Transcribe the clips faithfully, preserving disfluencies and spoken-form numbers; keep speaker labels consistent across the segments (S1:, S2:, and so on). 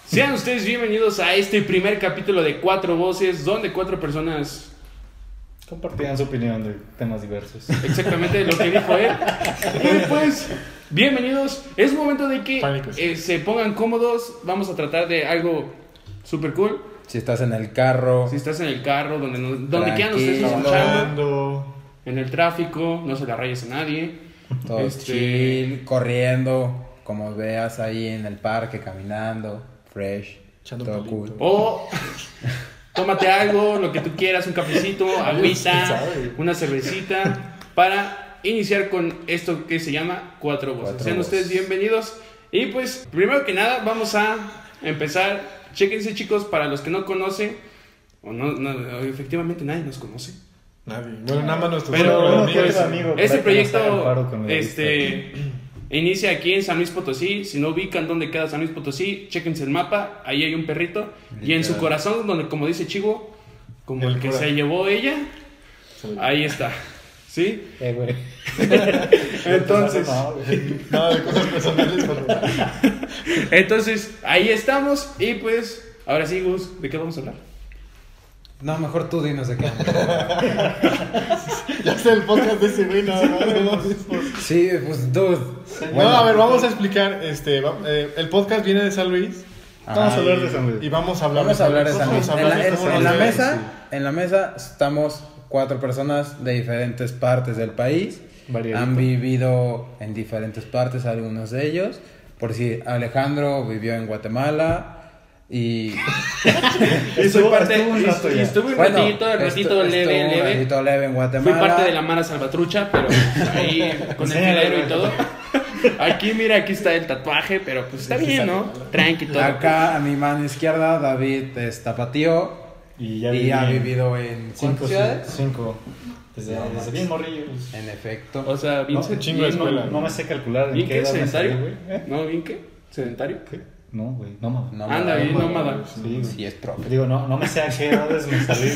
S1: Sean ustedes bienvenidos a este primer capítulo de Cuatro Voces, donde cuatro personas
S2: compartían su opinión de temas diversos.
S1: Exactamente lo que dijo él. Y pues, bienvenidos. Es momento de que eh, se pongan cómodos. Vamos a tratar de algo super cool.
S3: Si estás en el carro.
S1: Si estás en el carro, donde, donde quieran ustedes escuchando. En el tráfico, no se la rayes a nadie.
S3: Todo este... chill, corriendo, como veas ahí en el parque, caminando, fresh,
S2: echando
S3: todo
S2: un
S3: cool.
S1: O tómate algo, lo que tú quieras, un cafecito, agüita, una cervecita, para iniciar con esto que se llama Cuatro Voces.
S3: Cuatro
S1: Sean
S3: voces.
S1: ustedes bienvenidos. Y pues, primero que nada, vamos a empezar. Chéquense, chicos, para los que no conocen, o no, no efectivamente nadie nos conoce.
S2: Nadie. Bueno, nada más nuestros
S1: Pero
S2: amigos.
S1: amigo, este proyecto este, inicia aquí en San Luis Potosí. Si no ubican dónde queda San Luis Potosí, chéquense el mapa. Ahí hay un perrito. Y en su corazón, donde como dice Chivo, como el, el que se llevó ella, ahí está. ¿Sí?
S3: Eh, güey.
S1: Entonces,
S2: nada de cosas personales.
S1: Entonces, ahí estamos. Y pues, ahora sí, Gus, ¿de qué vamos a hablar?
S3: No, mejor tú dinos de qué.
S2: Ya sé el podcast de ese güey, no, no, no, no.
S3: Sí, pues dude.
S2: Bueno, no, a ver, vamos a explicar. Este, eh, el podcast viene de San Luis.
S3: Ajá,
S2: vamos a hablar
S3: y,
S2: de San Luis. Y vamos a hablar
S3: vamos
S2: de
S3: a hablar de San Luis. En la, en, en la
S2: ves,
S3: mesa,
S2: sí.
S3: en la mesa estamos cuatro personas de diferentes partes del país.
S2: Variadito.
S3: Han vivido en diferentes partes algunos de ellos. Por si Alejandro vivió en Guatemala. Y
S1: y soy parte
S2: estuvo un rato
S1: y
S2: ya.
S1: estuve un
S3: bueno,
S1: ratito, el ratito
S3: estu-
S1: leve,
S3: estuvo un
S1: leve.
S3: ratito leve en Guatemala.
S1: Fui parte de la Mara Salvatrucha, pero ahí con el filero y todo. Aquí, mira, aquí está el tatuaje, pero pues está bien, ¿no? Tranqui, todo.
S3: Acá a mi mano izquierda, David es tapatío
S2: Y ya
S3: y
S2: viví
S3: ha
S2: en
S3: vivido en
S2: cinco
S3: ¿cuántas ciudades?
S2: Cinco. Desde,
S3: No,
S2: desde
S3: manches.
S2: bien morrillo.
S3: En efecto.
S1: O sea, bien,
S2: No,
S1: se-
S2: chingo de
S1: bien-
S2: escuela.
S1: no,
S2: No me sé calcular en
S1: ¿bien
S2: qué
S1: qué?
S2: edad me
S1: ¿Sedentario?
S2: salí, güey. ¿Eh?
S1: ¿No? ¿Bien qué? ¿Sedentario?
S2: ¿Qué? No, güey, nómada.
S3: No,
S1: Anda, bien nómada.
S2: Sí, güey.
S3: Sí, es profe.
S2: Digo, no, no me sé a qué edades me salí.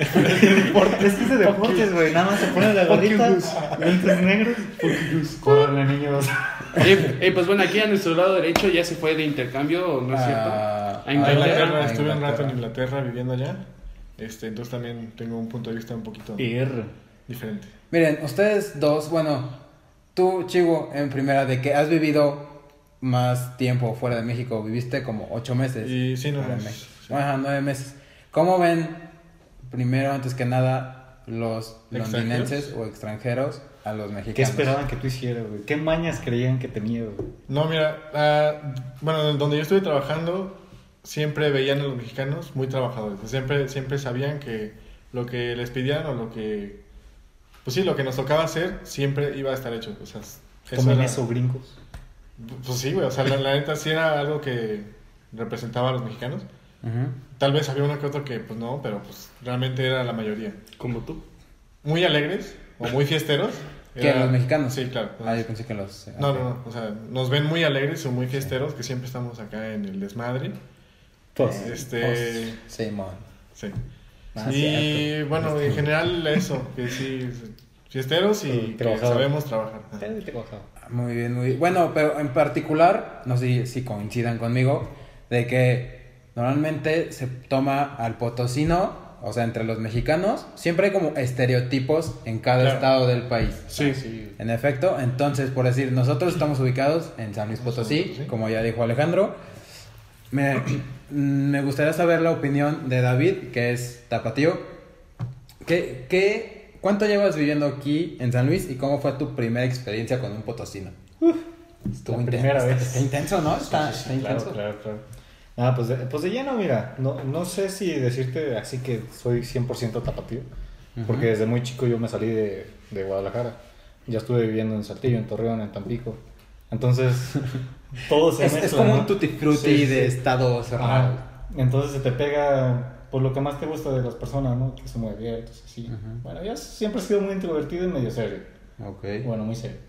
S2: Es que es de deportes, güey. Nada más se pone la gorrita, lentes negros. Córrele, niños.
S1: Eh, eh, pues bueno, aquí a nuestro lado derecho ya se fue de intercambio, ¿no es cierto?
S3: Ah,
S1: A
S2: A
S1: Inglaterra.
S2: Inglaterra,
S3: A
S2: estuve un rato en
S3: Inglaterra.
S2: Inglaterra viviendo allá. Este, entonces también tengo un punto de vista un poquito diferente.
S3: Miren, ustedes dos, bueno, tú, Chivo, en primera, de que has vivido más tiempo fuera de México, viviste como ocho meses.
S2: Y sí, no,
S3: fuera de
S2: es-
S3: México.
S2: sí.
S3: Ajá, nueve meses. ¿Cómo ven, primero, antes que nada, los
S2: ¿Extranjeros?
S3: londinenses o extranjeros a los mexicanos?
S4: ¿Qué esperaban que tú hicieras, güey? ¿Qué mañas creían que tenía, güey?
S2: No, mira, ah, bueno, donde yo estuve trabajando, siempre veían a los mexicanos muy trabajadores. Siempre, siempre sabían que lo que les pedían o lo que, pues sí, lo que nos tocaba hacer, siempre iba a estar hecho. O sea, eso
S4: ¿Comen
S2: era-
S4: eso, gringos?
S2: Pues sí, güey, o sea, la, la neta sí era algo que representaba a los mexicanos.
S3: Ujú.
S2: Tal vez había uno que otro que, pues no, pero pues realmente era la mayoría.
S1: Como tú.
S2: Muy alegres o muy fiesteros.
S3: ¿Qué,
S2: Era-
S3: los mexicanos?
S2: Sí, claro.
S3: Ah, yo pensé que los...
S2: No, no, no, o sea, nos ven muy alegres o muy fiesteros, que siempre estamos acá en el desmadre.
S4: Pues,
S2: Este,
S3: Pues, sí, mon.
S2: sí.
S3: Ah,
S2: Y
S3: cierto.
S2: bueno, en general eso, que sí, fiesteros y que
S4: Trabajador.
S2: sabemos trabajar. Ajá.
S4: eh, te bajaba.
S3: Muy bien, muy bien. Bueno, pero en particular, no sé si, si coincidan conmigo, de que normalmente se toma al potosino, o sea, entre los mexicanos, siempre hay como estereotipos en cada
S2: Claro.
S3: estado del país.
S1: Sí.
S2: Sí.
S3: En efecto, entonces, por decir, nosotros estamos ubicados en San Luis Potosí,
S2: Potosí.
S3: como ya dijo Alejandro. Me, me gustaría saber la opinión de David, que es tapatío. ¿Qué, qué, ¿Cuánto llevas viviendo aquí en San Luis y cómo fue tu primera experiencia con un potosino? Estuvo
S4: La
S3: intenso.
S4: primera vez.
S3: Está intenso, ¿no? Está,
S4: Sí, sí,
S3: está
S4: sí,
S3: intenso.
S4: Claro, claro, claro. Ah, pues de, pues de lleno, mira, no, no sé si decirte así que soy cien por ciento tapatío,
S3: Ujú.
S4: porque desde muy chico yo me salí de, de Guadalajara. Ya estuve viviendo en Saltillo, en Torreón, en Tampico. Entonces, todo se
S3: Es,
S4: mezcla,
S3: es como
S4: ¿no?
S3: un tutti frutti
S4: Sí, sí.
S3: de estado cerrado.
S4: Ajá. Entonces se te pega por lo que más te gusta de las personas, ¿no? Que son muy abiertos, así.
S3: Ujú.
S4: Bueno, yo siempre he sido muy introvertido y medio serio.
S3: Ok.
S4: Bueno, muy serio.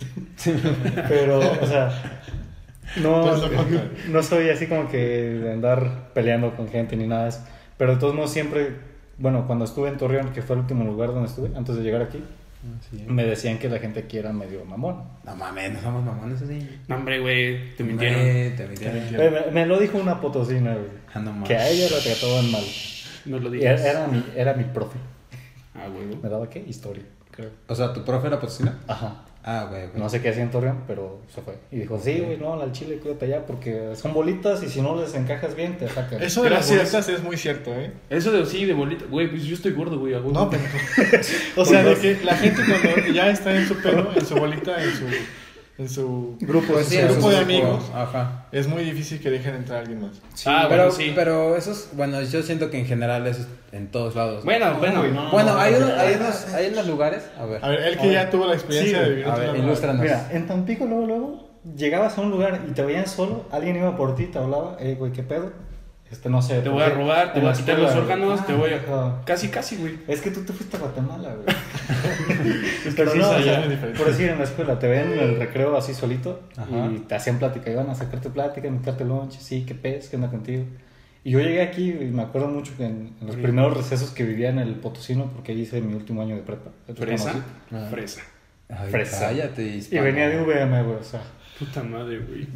S4: Pero, o sea, no,
S2: Todo lo contrario.
S4: no soy así como que de andar peleando con gente ni nada de eso. Pero de todos modos siempre, bueno, cuando estuve en Torreón, que fue el último lugar donde estuve, antes de llegar aquí,
S3: Sí.
S4: me decían que la gente aquí era medio mamón.
S3: No mames, no somos mamones así.
S1: No, hombre, güey, te mintieron.
S3: Hombre, te mintieron.
S4: Eh, Me, me lo dijo una potosina, güey.
S3: Ah, no mames.
S4: Que a ella la trataban mal.
S1: No lo
S4: Y
S1: digas.
S4: era, era mi, era mi profe.
S1: Ah, güey.
S4: ¿Me daba qué? Historia, creo.
S3: O sea, ¿tu profe era potosina?
S4: Ajá.
S3: Ah, güey, güey.
S4: No sé qué hacía en Torreón, pero se fue. Y dijo, sí, güey, no, al chile, cuídate allá, porque son bolitas y si no les encajas bien, te sacan.
S2: Eso de las
S1: Gracias.
S2: bolitas es muy cierto, ¿eh?
S1: Eso de sí, de bolita. Güey, pues yo estoy gordo, güey. a huevo.
S2: No, pero... o sea, de que la gente cuando ya está en su pelo, en su bolita, en su... En su
S3: Grupo,
S2: en
S3: sí,
S2: su
S3: en su
S2: grupo de
S3: grupo.
S2: amigos,
S3: Ajá.
S2: es muy difícil que dejen entrar a alguien más.
S1: Ah,
S3: pero,
S1: bueno, sí.
S3: pero eso es, bueno, yo siento que en general es en todos lados. ¿no?
S1: Bueno, bueno.
S4: güey, no.
S3: Bueno, hay, unos, hay, unos, hay unos lugares, a ver.
S2: A ver, él
S4: A
S2: que
S4: ver.
S2: ya tuvo la experiencia
S4: Sí,
S2: de vivir en
S3: a ver,
S2: otro lado.
S3: ilústranos.
S4: Mira, en Tampico, luego, luego, llegabas a un lugar y te veían solo, alguien iba por ti, te hablaba, eh, güey, ¿qué pedo? Este, no sé.
S1: Te voy a robar, te
S4: en
S1: voy a
S4: la
S1: quitar los
S4: escuela,
S1: órganos,
S4: ah,
S1: te voy a...
S4: ajá.
S1: Casi, casi, güey.
S4: Es que tú te fuiste a Guatemala, güey.
S2: Es que
S4: Pero
S2: sí,
S4: no, o
S2: allá
S4: sea,
S2: es muy diferente.
S4: por decir, en la escuela, te ven en el recreo así solito
S3: Ajá.
S4: y te hacían plática, iban a sacarte plática, invitarte lunch, sí, qué pez, qué onda contigo. Y yo llegué aquí y me acuerdo mucho que en, en los
S1: Sí.
S4: primeros recesos que vivía en el Potosino, porque ahí hice mi último año de prepa. Yo te
S1: ¿Fresa?
S4: conocí.
S3: Ah.
S1: Fresa.
S3: Ay,
S4: Fresa.
S3: cállate,
S4: Y
S3: hispano.
S4: venía de V M, güey, o sea.
S1: Puta madre, güey.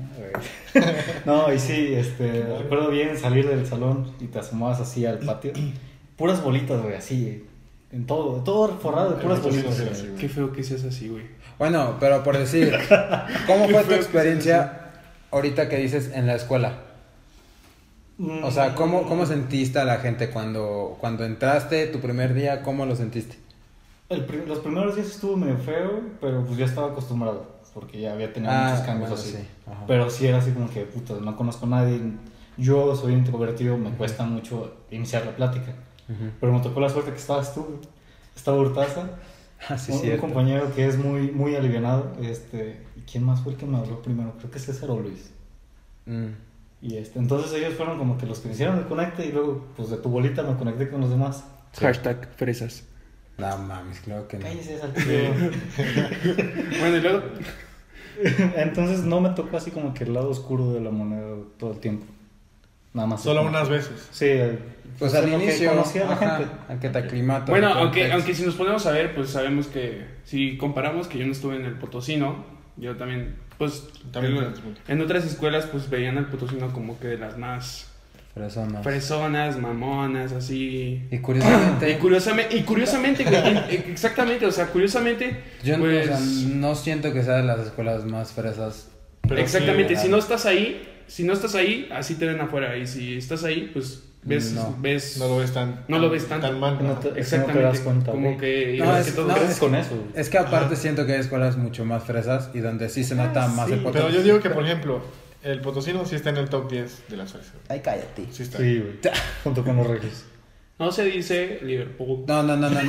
S4: No, y sí, este, recuerdo bien salir del salón y te asomabas así al patio. Puras bolitas, güey, así, en todo, todo forrado de puras bolitas.
S2: Sí,
S4: güey.
S2: sí, sí.
S1: Qué feo que seas así, güey.
S3: Bueno, pero por decir, ¿cómo
S1: Qué
S3: fue tu
S1: feo que
S3: experiencia ahorita que dices en la escuela?
S4: Mm,
S3: O sea, ¿cómo, cómo sentiste a la gente cuando, cuando entraste tu primer día? ¿Cómo lo sentiste?
S4: el pri- los primeros días estuvo medio feo, pero pues ya estaba acostumbrado, porque ya había tenido
S3: Ah,
S4: muchos cambios
S3: bueno,
S4: así.
S3: sí, ajá.
S4: Pero sí era así como que, puta, no conozco a nadie. Yo soy introvertido, me cuesta mucho iniciar la plática.
S3: Ujú.
S4: Pero me tocó la suerte que estabas tú, güey. Estaba Hurtaza.
S3: Ah, sí,
S4: un, un
S3: cierto.
S4: compañero que es muy, muy alivianado. Este, ¿y quién más fue el que me habló primero? Creo que César o Luis.
S3: Mm.
S4: Y este, entonces ellos fueron como que los que me hicieron el conecte y luego, pues de tu bolita me conecté con los demás.
S3: Sí.
S1: Hashtag fresas.
S3: No mames, claro que no.
S4: Cállese, Saltillo.
S1: Bueno, y luego...
S4: Entonces no me tocó así como que el lado oscuro de la moneda todo el tiempo. Nada más.
S2: Solo
S4: como-
S2: unas veces.
S4: Sí. eh,
S3: Pues
S4: en
S3: al
S4: lo que
S3: inicio,
S4: conocía a la
S3: ajá,
S4: gente.
S3: a que te aclimatas.
S1: Bueno,
S3: a todo el
S1: aunque,
S3: pex.
S1: aunque si nos ponemos a ver, pues sabemos que si comparamos que yo no estuve en el Potosino, yo también, pues
S2: También
S1: en,
S2: tienes punto.
S1: en otras escuelas pues veían al Potosino como que de las más
S3: Personas.
S1: personas, mamonas, así.
S3: Y curiosamente,
S1: Y curiosamente, y curiosamente, güey, y- exactamente, o sea, curiosamente,
S3: yo no-
S1: pues,
S3: o sea, no siento que sea de las escuelas más fresas.
S2: Pero
S1: exactamente,
S3: sí,
S1: si no estás ahí, si no estás ahí, así te ven afuera, y si estás ahí, pues ves,
S3: No.
S1: ves,
S2: No lo ves tan,
S1: No lo ves tanto.
S2: tan mal.
S4: No
S2: ¿no?
S4: te-
S1: exactamente,
S4: no te das cuenta,
S1: como
S4: güey.
S1: que,
S3: No,
S1: igual
S3: es-
S1: que todo
S3: no,
S1: ves-
S3: es-
S4: con eso. güey.
S3: Es que aparte siento que hay escuelas mucho más fresas y donde sí se nota más
S4: sí,
S3: el
S2: Pero
S3: potosino.
S2: yo digo que, por ejemplo, el Potosino sí está en el top diez de las fresas.
S3: Ay, cállate.
S2: Sí está.
S4: Sí, güey. Junto con los regios.
S1: no se dice Liverpool.
S3: No, no, no, no, no.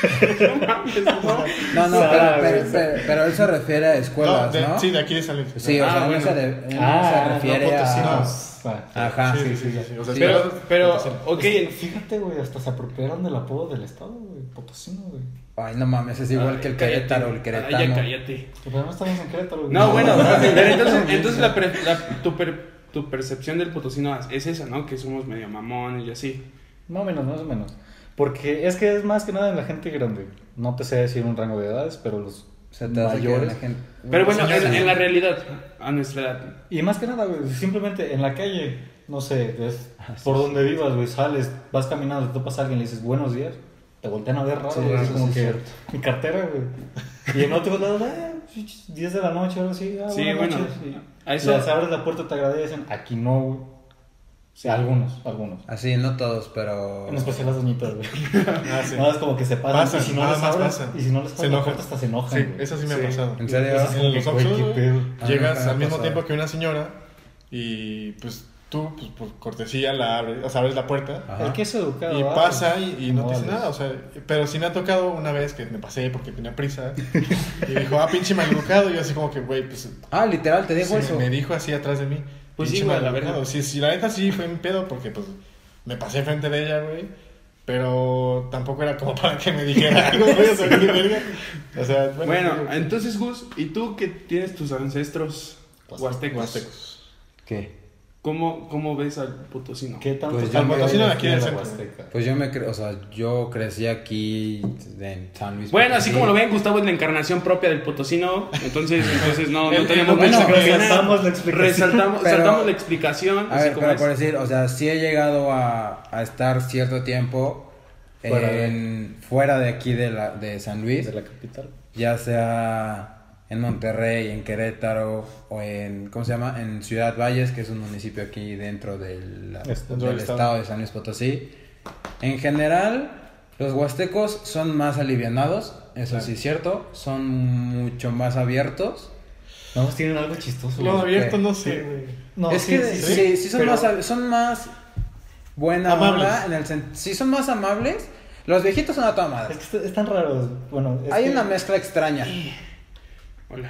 S1: No mames, no.
S3: No, no, pero,
S4: Sabes.
S3: pero, pero, pero él se refiere a escuelas,
S2: de-
S3: ¿no?
S2: Sí, de aquí de San Luis.
S3: Sí, o
S1: Ah,
S3: sea, no
S1: bueno.
S3: se, re- él no
S4: Ah,
S3: se refiere
S4: no,
S3: a...
S4: potosinos. Ah,
S3: Ajá.
S2: Sí, sí, sí, sí. O sea,
S3: Sí.
S1: Pero,
S2: pero-
S1: pero,
S2: Potosino.
S1: ok,
S4: Es que, fíjate, güey, hasta se apropiaron del apodo del estado, güey. Potosino, güey.
S3: Ay, no mames, es igual
S1: Ay,
S3: que el
S1: cállate.
S3: Querétaro, el
S1: Ay,
S3: Querétano.
S1: ya cállate.
S4: Pero no estamos en Querétaro, güey.
S1: No, bueno, pero entonces, entonces la, pre- la- tu, per- tu percepción del Potosino es esa, ¿no? Que somos medio mamones y así.
S4: Más o menos, más o menos. Porque es que es más que nada en la gente grande. No te sé decir un rango de edades, pero los
S3: Se te hace que
S4: mayores.
S3: la gente...
S1: Pero bueno,
S2: señores.
S1: en, en la realidad, a nuestra edad.
S4: Y más que nada, güey, simplemente en la calle, no sé, ves,
S3: Ah, sí,
S4: por
S3: sí.
S4: donde vivas, güey, sales, vas caminando, te topas a alguien y le dices buenos días, te voltean a ver raro,
S3: Sí,
S4: güey, así
S3: eso
S4: como
S3: sí es
S4: que
S3: cierto.
S4: mi cartera, güey. Y en otros lados, ah, diez de la noche, algo así, ah,
S1: Sí,
S4: buenas
S1: bueno,
S4: noches. Y
S1: a eso-
S4: les abres la puerta, te agradecen, aquí no, güey. Sí, algunos, algunos.
S3: Así, no todos, pero...
S4: En especial las doñitas, güey.
S2: Ah, sí.
S4: No, es como que se pasan,
S2: Pasan,
S4: y si no
S2: nada
S4: les
S2: más
S4: abres,
S2: pasan.
S4: y si no les
S2: Se
S4: abres la
S2: enojan.
S4: puerta, hasta se enojan,
S2: Sí,
S4: güey.
S2: eso sí me
S1: Sí.
S2: ha pasado.
S3: ¿En serio?
S4: Entonces,
S2: En los
S4: como que, güey,
S2: Oxxos,
S4: qué pedo.
S3: Ah,
S2: llegas
S3: nunca me
S2: al
S3: ha
S2: mismo
S3: pasado.
S2: tiempo que una señora y pues tú, pues por cortesía, la abres, o sea, abres la puerta
S3: Ajá.
S4: El que es educado.
S2: y
S4: ah,
S2: pasa y, y no te dice
S4: modales.
S2: nada, o sea, pero sí me ha tocado una vez que me pasé porque tenía prisa y dijo, ah, pinche maleducado, y yo así como que, güey, pues
S3: Ah, literal, te digo
S2: sí,
S3: eso.
S2: me dijo así atrás de mí,
S1: Pues
S2: pinche
S1: sí, güey, la
S2: maleducado.
S1: verdad.
S2: Sí, sí, la neta sí fue un pedo porque pues me pasé frente de ella, güey. Pero tampoco era como para que me dijera algo, güey, o sea, qué verga. O sea, bueno,
S1: Bueno,
S2: sí,
S1: entonces, Gus, ¿y tú que tienes tus ancestros huastecos?
S2: huastecos.
S3: ¿Qué?
S1: ¿Cómo, ¿Cómo ves al potosino?
S4: ¿Qué tanto
S3: Pues
S4: te
S3: yo
S2: al
S3: me-
S2: potosino de
S4: define
S2: aquí del
S4: la
S2: centro.
S4: Huasteca?
S3: Pues yo me cre- o sea, yo crecí aquí en San Luis.
S1: Bueno, así
S3: Potosí.
S1: como lo ven, Gustavo es la encarnación propia del potosino. Entonces, entonces no, no
S2: El-
S1: tenemos
S2: el-
S1: mucho
S3: bueno,
S1: que opinar.
S4: resaltamos la explicación.
S1: Resaltamos,
S3: Pero-
S1: saltamos la explicación.
S3: A
S1: así
S3: ver,
S1: como
S3: pero
S1: es.
S3: por decir, o sea, sí he llegado a, a estar cierto tiempo
S4: Fuera de-
S3: en, fuera de aquí de, la, de San Luis,
S4: De la capital.
S3: ya sea en Monterrey, en Querétaro o en, ¿cómo se llama? En Ciudad Valles, que es un municipio aquí dentro del,
S4: Es-
S3: del
S2: dentro del
S3: estado.
S2: estado
S3: de San Luis Potosí. En general, los huastecos son más alivianados, eso
S2: Claro.
S3: sí es cierto, son mucho más abiertos.
S4: Nada más tienen algo chistoso.
S2: Los
S4: güey.
S2: abiertos no
S4: Sí.
S2: sé, güey.
S4: No,
S3: es
S4: sí,
S3: que
S4: sí,
S3: sí,
S4: sí,
S3: sí son,
S4: pero-
S3: más, ab- son más buena
S2: Amables.
S3: onda en el sen- sí son más amables. Los viejitos son a toda madre.
S4: Es que están raros. Bueno, es
S3: Hay
S4: que-
S3: una mezcla extraña.
S1: Hola.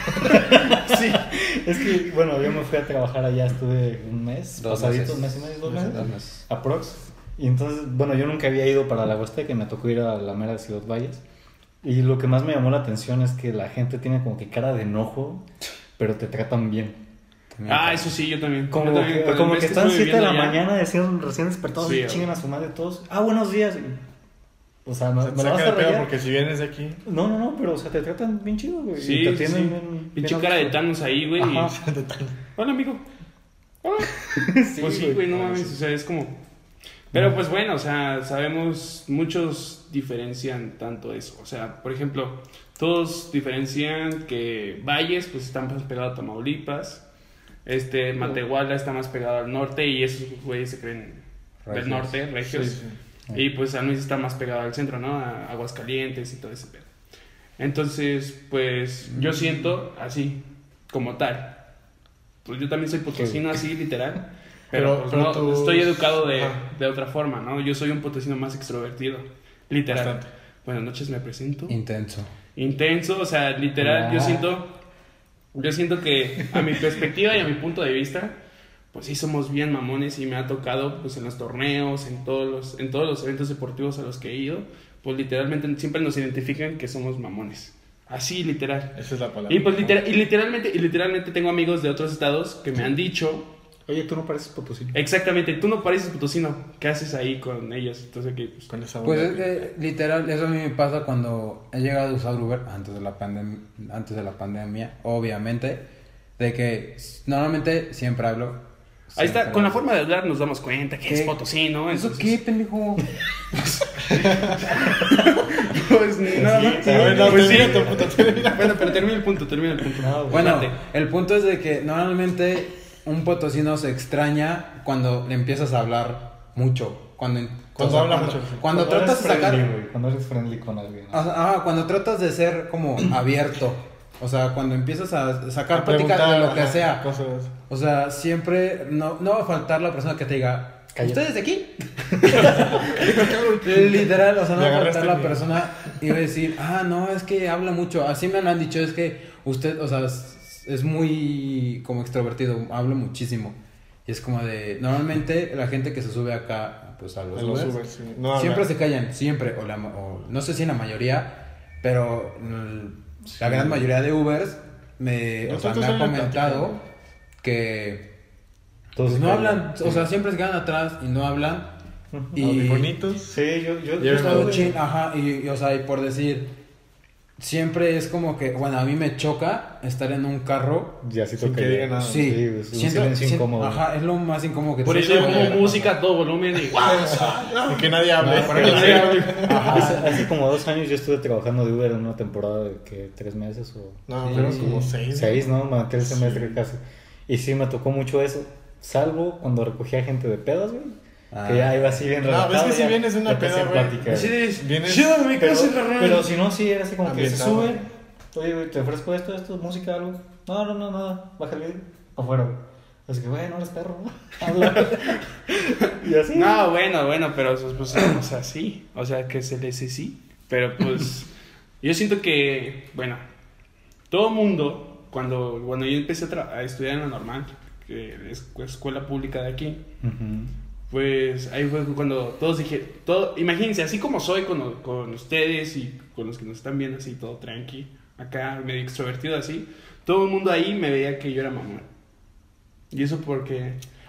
S4: Sí, es que, bueno, yo me fui a trabajar allá, estuve un mes,
S3: Dos
S4: pasadito, un
S3: meses.
S4: mes y medio, dos
S2: Meses,
S4: meses,
S3: dos meses.
S4: aprox. Y entonces, bueno, yo nunca había ido para la Huasteca y me tocó ir a la mera Ciudad Valles. Y lo que más me llamó la atención es que la gente tiene como que cara de enojo, pero te tratan bien.
S3: También.
S1: Ah, eso sí, yo también.
S4: Como
S1: Yo también,
S4: que,
S1: con el
S4: como
S1: mes
S4: que están
S1: estuve
S4: siete de la
S1: viviendo allá.
S4: mañana, decían recién despertados
S1: Sí,
S4: y
S1: güey.
S4: chinguen a su madre todos. Ah, buenos días. O sea, me,
S2: Se
S4: me la
S2: saca
S4: vas
S2: de
S4: a
S2: pedo
S4: rayar.
S2: porque si vienes de aquí.
S4: No, no, no, pero o sea, te tratan bien chido, güey.
S1: Sí,
S4: y te
S1: sí,
S4: atienden
S1: sí.
S4: bien.
S1: Pinche
S4: bien
S1: cara de
S4: gusto.
S1: Thanos ahí, güey. y-
S4: Ajá.
S1: Hola, amigo. Hola.
S4: Sí,
S1: Pues sí, güey, no mames. O sea, es como. Pero pues bueno, o sea, sabemos, muchos diferencian tanto eso. O sea, por ejemplo, todos diferencian que Valles, pues está más pegado a Tamaulipas. Este, Matehuala está más pegado al norte y esos güeyes se creen del
S3: Regios.
S1: norte, regios.
S2: Sí, sí.
S1: Y pues San Luis está más pegado al centro, ¿no? A Aguascalientes y todo ese pedo. Entonces, pues yo siento así, como tal. Pues yo también soy potosino así, literal. Pero,
S2: Pero-
S1: pues,
S2: pero
S1: no,
S2: tus-
S1: estoy educado de,
S2: Ajá.
S1: de otra forma, ¿no? Yo soy un potosino más extrovertido, literal.
S2: Bastante.
S1: Buenas noches, me presento.
S3: Intenso.
S1: Intenso, o sea, literal, yo
S4: Ah.
S1: siento, yo siento que a mi perspectiva y a mi punto de vista, pues sí somos bien mamones y me ha tocado, pues en los torneos, en todos los, en todos los eventos deportivos a los que he ido, pues literalmente siempre nos identifican que somos mamones. Así, literal.
S2: Esa es la palabra.
S1: Y pues literal, y literalmente, y literalmente tengo amigos de otros estados que me han dicho,
S4: Oye, tú no pareces potosino.
S1: exactamente, tú no pareces potosino, ¿qué haces ahí con ellos? Entonces, que pues,
S2: Con esa
S3: Pues
S2: onda.
S3: es que, literal, eso a mí me pasa cuando he llegado a usar Uber antes de la pandemia, antes de la pandemia, obviamente, de que normalmente siempre hablo.
S1: ahí está,
S3: siempre
S1: con la
S3: hablo.
S1: forma de hablar nos damos cuenta que
S3: ¿Qué?
S1: es potosino.
S3: ¿Eso
S1: entonces-
S3: qué, pendejo?
S1: Pues nada más.
S2: A ver, no,
S1: Pues sí.
S2: termina tu puta, termina.
S1: Bueno, pero termina el punto, termina el punto.
S4: No,
S3: Bueno,
S1: Date.
S3: el punto es de que normalmente un potosino se extraña cuando le empiezas a hablar mucho. Cuando,
S2: Cuando
S3: o sea,
S2: habla
S3: cuando,
S2: mucho, sí.
S3: Cuando tratas de
S4: eres
S3: sacar...
S4: friendly, güey, cuando eres friendly con alguien. ¿no?
S3: O sea, ajá, cuando tratas de ser como abierto. O sea, cuando empiezas a sacar
S2: A
S3: plática de
S2: preguntar,
S3: lo que
S2: ajá,
S3: sea.
S2: cosas.
S3: O sea, siempre no, no va a faltar la persona que te diga,
S4: Cállate.
S3: ¿ustedes de aquí? Literal, o sea, no
S2: Me
S3: va a
S2: agarraste
S3: faltar la
S2: mi-
S3: persona y va a decir, ah, no, es que habla mucho. Así me lo han dicho, es que usted, o sea, es, es muy como extrovertido, habla muchísimo. Y es como de, normalmente la gente que se sube acá, pues a los,
S2: A los
S3: Ubers,
S2: Ubers, sí. No
S3: siempre
S2: habla.
S3: se callan, siempre, o, la, o no sé si en la mayoría, pero mm, la gran mayoría de Ubers me, o sea,
S2: Nosotros
S3: me ha
S2: en la
S3: comentado
S2: plática,
S3: que
S4: Todos
S3: pues
S4: se
S3: no
S4: callan.
S3: hablan, o sea, siempre se quedan atrás y no hablan. Y
S2: Audifonitos.
S4: Sí, yo, yo,
S2: Y
S4: yo
S2: el
S4: estaba-
S3: Coaching, ajá, y, y, o sea, y por decir, siempre es como que, bueno, a mí me choca estar en un carro.
S4: Ya sí
S2: Sin
S4: toca
S2: que
S4: ya.
S2: diga nada.
S3: Sí,
S4: Sí, es un
S3: siento-
S4: silencio
S3: siento-
S4: incómodo.
S3: Ajá, es lo más incómodo que
S1: Por
S3: te
S1: eso yo
S3: puede
S1: pongo
S3: llegar a
S1: música a
S3: pasar.
S1: todo volumen y
S2: Y que nadie hable.
S1: para que nadie hable.
S4: Hace, hace como dos años yo estuve trabajando de Uber en una temporada de que tres meses o
S2: No,
S3: Sí.
S2: pero como seis.
S4: seis, ¿no? Me maté el semestre casi. Y sí, me tocó mucho eso. Salvo cuando recogía gente de pedas, güey.
S3: Ah.
S4: Que ya iba así bien
S2: No,
S4: relajado.
S2: ves que si
S4: ya-
S2: vienes de una
S4: ya te hacían
S2: peda, güey.
S4: plática,
S1: Así
S4: güey.
S1: de,
S2: Vienes-
S1: "Llévame a mi
S4: Pero,
S1: casa, carnal".
S4: pero si no, sí, era así como que se
S2: Ambientado.
S4: sube. Oye, güey, te ofrezco esto, esto, música, algo. No, no, no, nada. Baja el vidrio. Afuera, güey. Así que, güey, no eres perro. Habla. Y así.
S1: No, bueno, bueno, pero pues, o sea, sí. O sea, que se les sí. Pero pues, yo siento que, bueno, todo mundo, cuando, cuando yo empecé a, tra- a estudiar en la normal, que es escuela pública de aquí,
S4: Ujú.
S1: pues ahí fue cuando todos dijeron, todo, imagínense, así como soy con, con ustedes y con los que nos están viendo así, todo tranqui, acá medio extrovertido así, todo el mundo ahí me veía que yo era mamón. Y eso porque,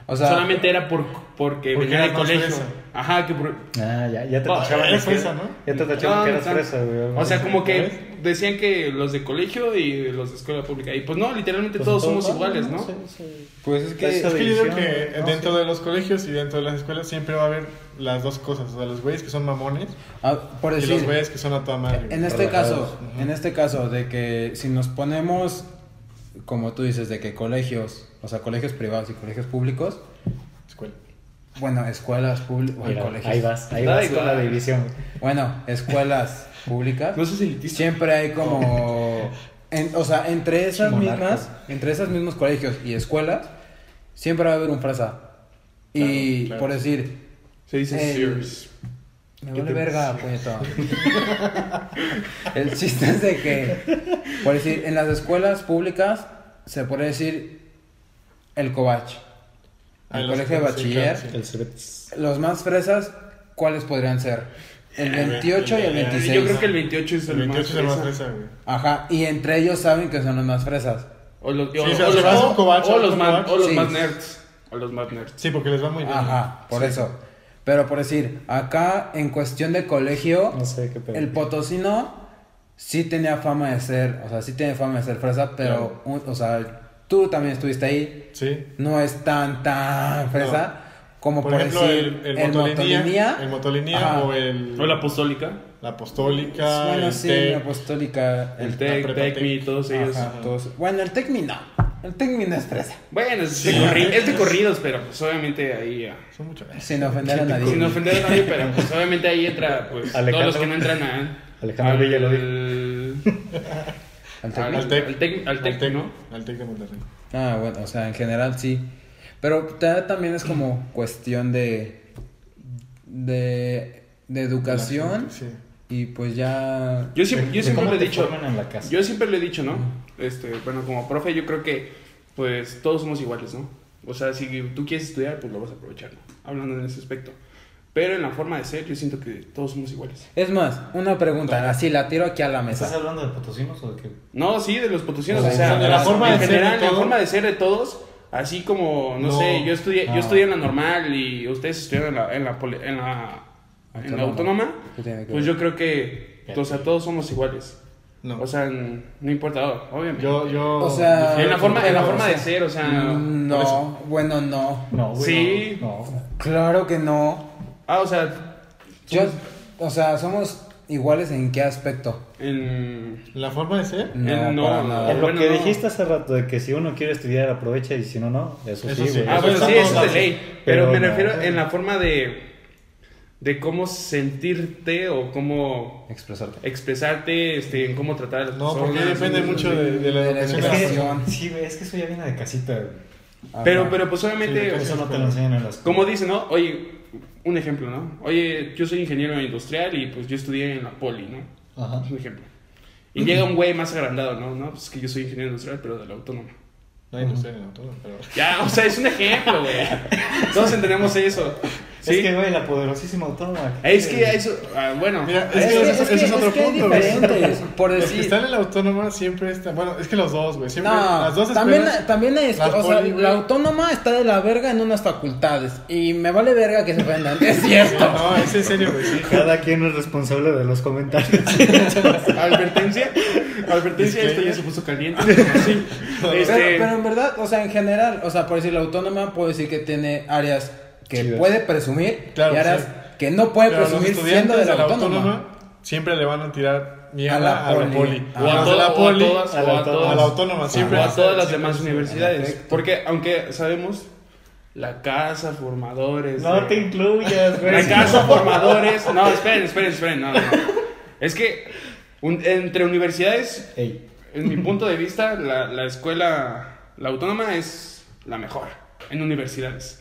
S3: O sea,
S1: solamente era por porque,
S2: porque
S1: venía del
S2: eras más
S1: colegio.
S2: fresa.
S1: Ajá, que por...
S4: Ah, ya, ya te
S1: Oh,
S4: tachaban
S2: eres
S4: que-
S2: fresa, ¿no?
S4: Ya te tachaban
S1: No,
S4: que
S1: no
S4: eras
S1: tanto.
S4: fresa, güey.
S1: O sea, como que
S2: ¿Ves?
S1: decían que los de colegio y los de escuela pública. Y pues no, literalmente
S4: Pues
S1: todos
S4: en
S1: somos
S4: todos lados,
S1: iguales, ¿no?
S4: Sí, sí.
S3: pues es que...
S4: Esa
S2: Es que yo digo
S4: división,
S2: que
S4: no,
S2: dentro
S4: sí.
S2: de los colegios y dentro de las escuelas siempre va a haber las dos cosas. O sea, los güeyes que son mamones
S3: ah, por
S2: y
S3: decir,
S2: los güeyes que son a toda madre.
S3: en este
S4: relajados.
S3: caso, en este caso de que si nos ponemos, como tú dices, de que colegios, o sea, colegios privados y colegios públicos,
S2: Escuela.
S3: bueno, escuelas públicas,
S4: Mira,
S3: colegios.
S4: ahí vas, ahí
S1: Da
S4: vas con la
S1: igual.
S4: división.
S3: Bueno, escuelas públicas.
S1: No sé si elitista.
S3: Siempre hay como, en- o sea, entre esas
S4: Monarca.
S3: mismas, entre esos mismos colegios y escuelas, siempre va a haber un fresa. Y
S2: Claro, claro.
S3: por decir,
S1: Se dice
S3: El-
S1: Sears.
S3: me
S1: ¿Qué
S3: vale
S1: te-
S3: verga, puñetón. El chiste es de que, por decir, en las escuelas públicas se puede decir el cobach.
S2: Ah,
S3: El
S2: los-
S3: colegio de
S2: sí,
S3: bachiller,
S2: claro, sí.
S4: El Cebetis.
S3: los más fresas, ¿cuáles podrían ser? El veintiocho y el
S2: Eh,
S3: veintiséis.
S1: Yo creo que el veintiocho es el,
S2: El veintiocho es el más
S1: fresa.
S2: fresa, güey.
S3: Ajá, y entre ellos saben que son los más fresas.
S1: O los,
S2: Sí,
S1: o,
S2: o sea,
S1: o
S2: si
S1: los-
S2: vas a un
S1: o-
S2: covacho,
S1: o
S2: a
S1: los
S2: un
S1: más,
S2: covacho,
S1: o los
S3: sí.
S1: más nerds. O los más nerds.
S2: Sí, porque les va muy bien.
S3: Ajá, por
S2: Sí.
S3: eso. Pero por decir, acá en cuestión de colegio,
S4: No sé qué pedo.
S3: el potosino sí tenía fama de ser, o sea, sí tiene fama de ser fresa, pero,
S2: Claro.
S3: un- o sea, tú también estuviste ahí,
S2: Sí.
S3: no es tan, tan fresa como por,
S2: Por ejemplo,
S3: decir
S2: el, el, motolinía, el motolinía
S3: Ajá.
S2: o el,
S1: O la apostólica.
S2: la apostólica,
S3: Bueno,
S2: el
S3: sí,
S2: T E C.
S3: la apostólica,
S1: El
S3: el,
S1: Tec,
S2: prepa
S1: Tecmi, todos ellos.
S3: ajá, todos- Bueno, el Tecmi no, el Tecmi no es fresa,
S1: Bueno, es,
S2: Sí.
S1: de corri- es de corridos, pero pues obviamente ahí... ah,
S2: Son mucho.
S3: sin ofender a nadie.
S1: sin ofender a nadie, pero pues obviamente ahí entra pues
S4: Alejandro-
S1: todos los que no entran a...
S4: Alejandro
S1: al-
S4: Villa lo dijo.
S3: Al
S1: Al,
S3: Tecmi.
S1: al,
S2: Tec.
S1: al Tec, al Tec,
S2: Tec,
S1: ¿no?
S2: Al Tec de Monterrey.
S3: Ah, bueno, o sea, en general sí. Pero ta- también es como cuestión de. de. de educación.
S2: Sí.
S3: Y pues ya.
S1: Yo siempre, yo
S4: De
S1: siempre
S4: cómo
S1: lo he
S4: te
S1: dicho.
S4: forman en la casa.
S1: Yo siempre lo he dicho, ¿no? Este, bueno, como profe, yo creo que pues todos somos iguales, ¿no? O sea, si tú quieres estudiar, pues lo vas a aprovechar, ¿no? Hablando en ese aspecto. Pero en la forma de ser, yo siento que todos somos iguales.
S3: Es más, una pregunta, así la tiro aquí a la
S4: ¿Estás
S3: mesa.
S4: hablando de potosinos o de qué?
S1: No, sí, de los potosinos,
S3: O
S1: o
S3: sea,
S1: sea,
S3: de la
S2: forma
S1: en
S2: de ser de
S1: general, la
S2: todos.
S1: forma de ser de todos, así como, no,
S2: No.
S1: sé, yo estudié,
S4: Ah.
S1: yo estudié en la normal y ustedes estudiaron en la, en la, poli- en la, en la autónoma,
S3: ¿Qué tiene que
S1: pues
S3: ver?
S1: yo creo que, o sea, todos somos iguales.
S2: No.
S1: O sea, n- no importa, obviamente.
S2: yo, yo.
S3: O sea,
S1: en la forma, en la
S2: yo-
S1: forma de ser, o sea,
S3: Mm,
S1: por eso.
S3: No, bueno, no.
S4: No, güey.
S1: Sí.
S4: No. no.
S3: Claro que no.
S1: Ah, o sea,
S3: Yo, o sea, somos iguales en qué aspecto.
S1: en...
S2: La forma de ser.
S3: No,
S1: Eh, no,
S3: para
S1: no.
S3: nada.
S4: Es lo
S1: bueno,
S4: que
S1: no.
S4: dijiste hace rato, de que si uno quiere estudiar aprovecha y si no, no. Eso,
S2: Eso
S4: sí,
S2: sí.
S4: güey.
S1: Ah,
S2: Eso
S1: bueno,
S2: está
S1: sí,
S2: en
S1: eso
S2: todos
S1: es de
S2: lados.
S1: ley. Pero,
S4: Pero
S1: me
S4: no.
S1: refiero en la forma de, de cómo sentirte o cómo
S3: Expresarte.
S1: expresarte, este, en cómo tratar a las
S2: No,
S1: personas.
S2: porque depende
S1: ¿no?
S2: mucho de, de la
S3: De la
S2: educación.
S4: Es
S2: de la
S4: que,
S2: persona.
S3: educación.
S4: sí, güey, es que eso ya viene de casita, güey.
S3: Ajá.
S1: Pero, pero pues
S2: Sí,
S1: obviamente,
S2: casi
S4: Eso no te lo enseñan en las
S1: como dice, ¿no? Oye, un ejemplo, ¿no? Oye, yo soy ingeniero industrial y pues yo estudié en la poli, ¿no?
S4: Ajá.
S1: Es un ejemplo. Y llega un güey más agrandado, ¿no? No, pues que yo soy ingeniero industrial, pero de la autónoma.
S2: No hay industrial en el autónomo, pero.
S1: Ya, o sea, es un ejemplo, güey. Todos entendemos eso. ¿Sí?
S4: Es que, güey, la poderosísima autónoma.
S1: Es que eso, ah, bueno,
S2: Mira,
S3: Es
S2: es,
S3: que-
S2: que,
S3: es
S2: ese,
S3: que-
S2: ese es otro
S3: es que hay
S2: punto, güey.
S3: diferentes, por
S2: Los que
S3: decir-
S2: están en la autónoma siempre están. Bueno, es que los dos, güey. Siempre.
S3: No,
S2: las dos
S3: también,
S2: escuelas-
S3: también hay,
S2: las
S3: o sea,
S2: poli, güey.
S3: la autónoma está de la verga en unas facultades y me vale verga que se ofendan, es cierto.
S2: No, es en serio, güey. Sí.
S4: Cada quien es responsable de los comentarios.
S1: advertencia, advertencia, esto ya se puso caliente. Sí.
S3: Pero,
S1: Este,
S3: pero en verdad, o sea, en general, o sea, por decir la autónoma, puedo decir que tiene áreas que
S4: Chidas.
S3: puede presumir
S2: Claro,
S3: y áreas
S2: sí.
S3: que no puede
S2: Pero los
S3: presumir
S2: estudiantes
S3: siendo de la,
S2: de la
S3: autónoma.
S2: autónoma siempre le van a tirar mierda
S3: A la
S2: a la
S3: poli.
S2: poli.
S3: O
S1: o a,
S2: Los
S1: to-
S2: de la
S1: o a
S2: poli,
S1: todas,
S4: a
S1: o
S4: la
S1: a
S4: autónoma.
S1: todas,
S2: a la autónoma. Siempre
S1: o a todas las
S2: siempre-
S1: demás universidades.
S3: Perfecto.
S1: Porque aunque sabemos, la casa, formadores.
S4: No
S1: de-
S4: te incluyas, güey.
S1: La casa, formadores. No, esperen, esperen, esperen. No, no. Es que un- entre universidades,
S4: Ey.
S1: en mi punto de vista, la, la escuela, la autónoma es la mejor en universidades.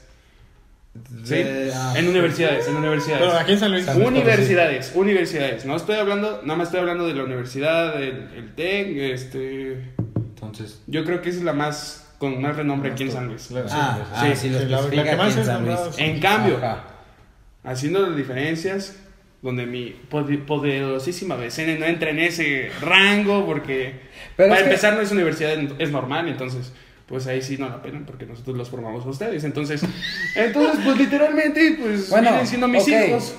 S1: ¿Sí?
S3: De- ah,
S1: En universidades, en universidades.
S2: Pero aquí en San Luis.
S3: San Luis
S1: Universidades, universidades. No estoy hablando, nada más estoy hablando de la universidad, el, el TEC, este...
S3: Entonces.
S1: Yo creo que esa es la más, con más renombre aquí en San Luis.
S2: Claro,
S3: Ah,
S2: sí,
S3: ah,
S1: sí,
S3: sí, lo
S2: sí, la- la
S3: especifica
S2: que
S3: aquí
S2: más
S3: en
S2: es
S3: San Luis.
S2: nombrada, sí.
S1: En cambio,
S3: Ajá.
S1: haciendo las diferencias, donde mi pod- poderosísima B C N no entra en ese rango, porque
S3: Pero
S1: para
S3: es que-
S1: empezar no es universidad, es normal, entonces pues ahí sí no la pelan porque nosotros los formamos a ustedes. Entonces, entonces pues literalmente, pues
S3: Bueno,
S1: vienen siendo mis
S3: okay.
S1: hijos.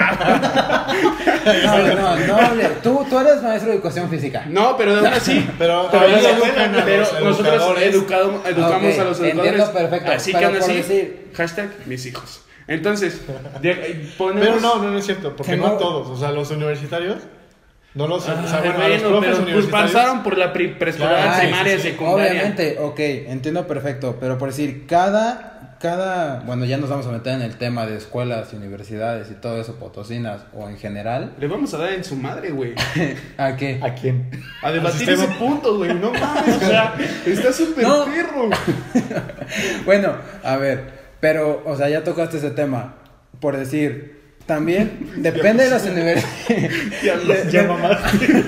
S3: No, no, no, hable. Tú, tú eres maestro de educación física.
S1: No, pero aún así.
S2: Pero,
S1: pero
S2: ahí
S1: aún así,
S2: educan a
S1: pero
S2: los
S1: nosotros
S2: educadores.
S1: educado, educamos
S3: Ok,
S1: a los
S3: entiendo
S1: educadores.
S3: perfecto,
S1: Así que
S3: pero
S1: aún
S3: por
S1: así,
S3: decir-
S1: hashtag mis hijos. Entonces, de- ponemos.
S2: Pero no, no, no es cierto, porque
S3: Tengo-
S2: no todos. O sea, los universitarios, no los.
S1: Ah,
S2: o sea, bueno, a los
S1: bueno,
S2: profes
S1: pero pues
S2: universitarios.
S1: pasaron por la pre- preescolar,
S2: Claro, sí,
S1: primaria,
S2: sí, sí.
S1: secundaria.
S3: Obviamente, ok, entiendo perfecto, pero por decir, cada, cada, bueno, ya nos vamos a meter en el tema de escuelas y universidades y todo eso, potosinas o en general.
S1: Le vamos a dar en su madre, güey.
S3: ¿A qué?
S4: ¿A quién?
S1: A debatir
S2: sistema.
S1: ese punto, güey. No mames, o sea, está súper
S3: No.
S1: perro.
S3: Bueno, a ver, pero, o sea, ya tocaste ese tema, por decir, también depende de las universidades.
S1: Ya,
S3: De-
S4: Ya
S3: de-
S4: mamaste.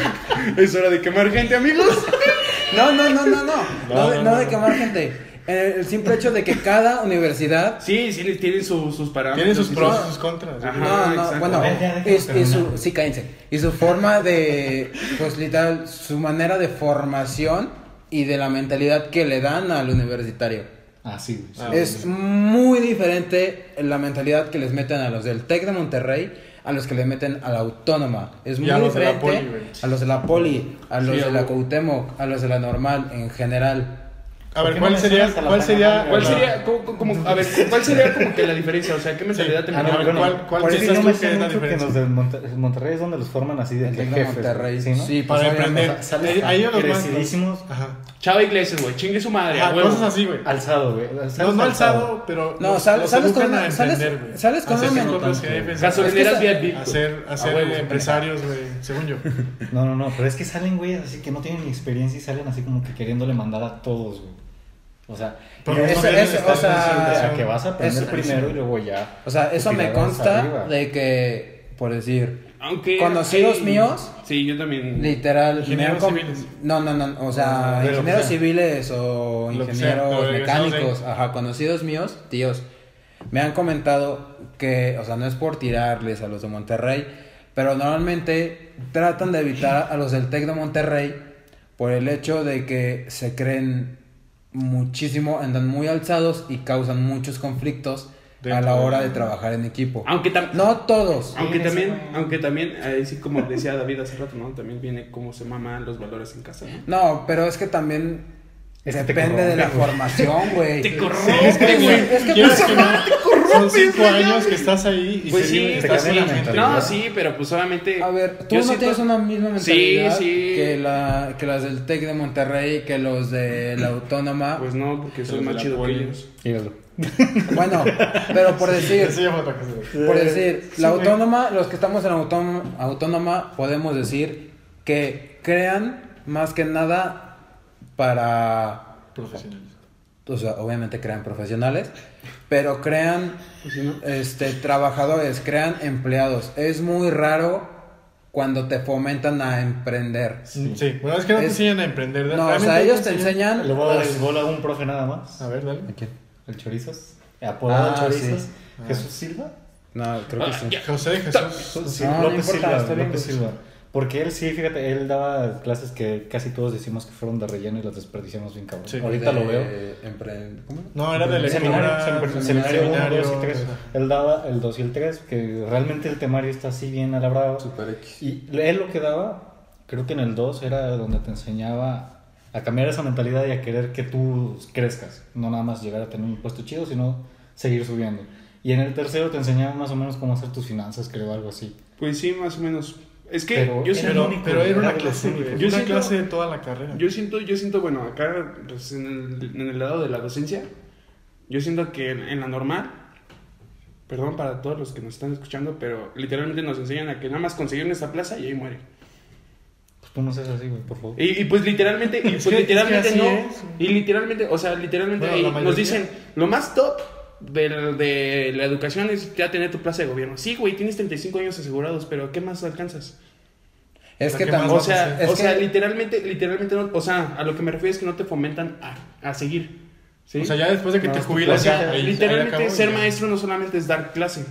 S1: Es hora de quemar gente, amigos.
S3: No, no, no, no, no, no,
S2: No,
S3: de,
S2: no,
S3: no
S2: no.
S3: de quemar gente. Eh, El simple hecho de que cada universidad.
S1: Sí, sí, tienen su- sus parámetros.
S2: Tienen sus
S1: y
S2: pros
S1: su-
S2: y sus contras.
S1: Ajá.
S3: No, no,
S1: exacto.
S3: bueno,
S4: A ver, ya, déjame
S3: es, y
S4: terminar.
S3: su, sí, cállense. Y su forma de, pues literal, su manera de formación y de la mentalidad que le dan al universitario.
S4: Ah, sí, güey.
S2: Ah,
S3: Es muy diferente la mentalidad que les meten a los del TEC de Monterrey a los que le meten a la Autónoma. Es
S2: Y
S3: muy
S2: a los de la
S3: diferente
S2: Poli, güey.
S3: a los de la Poli, a los
S1: Sí,
S3: de
S1: a
S3: la
S1: huevo.
S3: Cuauhtémoc, a los de la Normal en general.
S2: A ver,
S4: ¿Por qué
S2: ¿cuál
S4: no
S2: sería,
S4: mencionas a la
S2: cuál sería,
S4: Panamá,
S1: ¿Cuál
S2: la-
S1: sería, como, como- a ver, cuál sería como que la diferencia? O sea, ¿qué mentalidad
S2: Sí.
S1: te
S2: Ah, no,
S1: maneja?
S2: bueno, ¿cuál- cuál
S3: Por
S2: piensas
S3: eso
S2: tú
S4: me
S2: que
S4: sé
S2: es la
S4: mucho que
S2: diferencia?
S4: los de Monte- Monterrey es donde los forman así de
S3: El
S4: que
S3: TEC de
S4: jefes,
S3: Monterrey,
S4: ¿sí, no?
S3: sí, pues,
S2: Para
S3: obviamente.
S2: emprender.
S4: Sales
S2: Eh, ahí los más-
S4: crecidísimos,
S2: Ajá.
S1: Chava Iglesias, güey, chingue su madre,
S2: Ajá,
S1: a huevo.
S2: cosas así, güey.
S4: alzado, güey.
S2: No,
S4: Sales
S2: no alzado, pero
S3: No,
S2: los-
S3: sal-
S2: los
S3: sales
S2: educan
S3: con
S2: a
S3: una- sales-
S2: emprender, güey.
S3: sales con
S2: Hacer
S3: una
S2: sus propios
S3: mentalidad.
S2: jefes,
S1: Gasolineras
S3: Es que
S1: V I P.
S2: hacer, hacer
S1: huevo,
S2: empresarios, güey, según yo.
S4: No, no, no, pero es que salen, güey, así que no tienen ni experiencia y salen así como que queriéndole mandar a todos, güey. O sea,
S2: Pero
S4: y
S2: eso-
S4: no
S2: eso-
S4: tienes
S2: o
S4: estar
S2: sea,
S4: consciente a que vas a aprender
S3: eso-
S4: primero y luego ya.
S3: O sea, eso me
S4: tirar más
S3: consta
S4: arriba.
S3: de que, por decir,
S1: Aunque
S3: conocidos
S1: hay-
S3: míos,
S1: Sí, yo también.
S3: literal,
S2: Ingenieros
S3: me han com-
S2: civiles.
S3: No, no, no, o sea,
S2: Ah, de lo que
S3: ingenieros
S2: sea.
S3: civiles o
S2: Lo que sea,
S3: ingenieros
S2: pero egresados de ahí.
S3: mecánicos, ajá, conocidos míos, tíos, me han comentado que, o sea, no es por tirarles a los de Monterrey, pero normalmente tratan de evitar a los del TEC de Monterrey por el hecho de que se creen muchísimo, andan muy alzados y causan muchos conflictos a
S2: Dentro
S3: la
S2: de-
S3: hora de trabajar en equipo.
S1: Aunque también.
S3: No todos.
S1: Aunque
S4: Sí,
S1: también,
S4: ese güey.
S1: aunque también, ahí sí como decía David hace rato, ¿no? También viene cómo se maman los valores en casa, ¿no?
S3: No, pero es que también
S4: Es que te
S3: depende de la
S4: corrompe, güey.
S3: formación, güey.
S1: Te
S2: Sí,
S1: corrompe,
S2: es que,
S1: güey.
S2: güey,
S3: es que
S2: quieras
S3: pues,
S2: que no, son cinco años que estás ahí y
S1: Pues
S2: se
S1: sí,
S2: vive-
S1: está
S2: se
S1: así.
S2: cambia la mentalidad.
S1: No, sí, pero pues obviamente.
S3: A ver, tú
S1: yo
S3: no
S1: siento-
S3: tienes una misma
S1: Sí,
S3: mentalidad
S1: sí.
S3: Que, la, que las del TEC de Monterrey, que los de la Autónoma.
S1: Pues no, porque soy
S2: los de
S1: más
S2: la
S1: chido que
S2: poli.
S1: ellos.
S4: Fíjalo.
S3: Bueno, pero por decir,
S2: Eso ya fue otra cosa, güey.
S3: por decir,
S4: Sí,
S3: la
S4: güey.
S3: Autónoma, los que estamos en la autónoma, autónoma, podemos decir que crean más que nada para.
S2: Profesionales.
S3: O sea, obviamente crean profesionales, pero crean este trabajadores, crean empleados. Es muy raro cuando te fomentan a emprender.
S2: Sí, bueno, es que no te
S3: Es-
S2: enseñan a emprender.
S3: No, o
S2: Realmente
S3: sea, ellos te enseñan.
S4: Le voy a dar
S3: pues,
S4: el gol a un profe nada más.
S2: A ver, dale.
S4: El Chorizos. Apodado
S3: Ah,
S4: Chorizos.
S3: sí.
S4: Jesús Silva.
S3: No, creo que
S1: Ah,
S3: sí.
S1: ya.
S2: José, Jesús.
S4: Sí,
S3: No, no
S4: López
S3: importa,
S4: Silva.
S3: está bien,
S4: López
S3: pues.
S4: Silva. Porque él sí, fíjate, él daba clases que casi todos decimos que fueron de relleno y las desperdiciamos bien cabrón.
S2: Sí.
S4: Ahorita
S3: De
S4: lo veo.
S3: empre- ¿Cómo?
S2: No, era de
S4: Seminario,
S2: lectura.
S4: seminario,
S2: seminario,
S4: seminario uno, dos y tres.
S2: ajá.
S4: Él daba el dos y el tres, que realmente el temario está así bien alabrado.
S3: Super X.
S4: Y él lo que daba, creo que en el dos era donde te enseñaba a cambiar esa mentalidad y a querer que tú crezcas. No nada más llegar a tener un puesto chido, sino seguir subiendo. Y en el tercero te enseñaba más o menos cómo hacer tus finanzas, creo, algo así.
S1: Pues sí, más o menos. Es que
S4: Pero
S1: yo
S4: era
S1: siento.
S2: Pero,
S4: único,
S2: pero era una
S4: era
S2: clase,
S4: único.
S2: güey.
S1: Yo
S2: Una
S1: siento-
S2: clase de toda la carrera.
S1: Yo siento, yo siento, bueno, acá pues, en, el, en el lado de la docencia, yo siento que en, en la normal, perdón para todos los que nos están escuchando, pero literalmente nos enseñan a que nada más conseguir esa plaza y ahí muere.
S4: Pues tú no seas así, güey, por favor.
S1: Y, y pues literalmente, y
S2: Es
S1: pues
S2: que-
S1: literalmente
S2: es que así
S1: no.
S2: es.
S1: Y literalmente, o sea, literalmente
S2: Bueno,
S1: ahí
S2: la
S1: nos
S2: mayoría.
S1: dicen, lo más top de, de la educación es ya tener tu plaza de gobierno. Sí, güey, tienes treinta y cinco años asegurados, pero ¿qué más alcanzas?
S3: Es
S2: ¿Para
S3: que
S2: qué
S3: también.
S2: más
S1: O sea,
S2: vas a
S3: es
S1: o
S3: que-
S1: sea, literalmente, literalmente no, o sea, a lo que me refiero es que no te fomentan a, a seguir. ¿sí?
S2: O sea, ya después de que
S3: No,
S2: te
S3: es tu
S2: jubilas,
S1: O sea,
S2: ya, ahí- ahí
S1: literalmente
S2: acabó,
S1: ser
S2: ya.
S1: maestro no solamente es dar clase,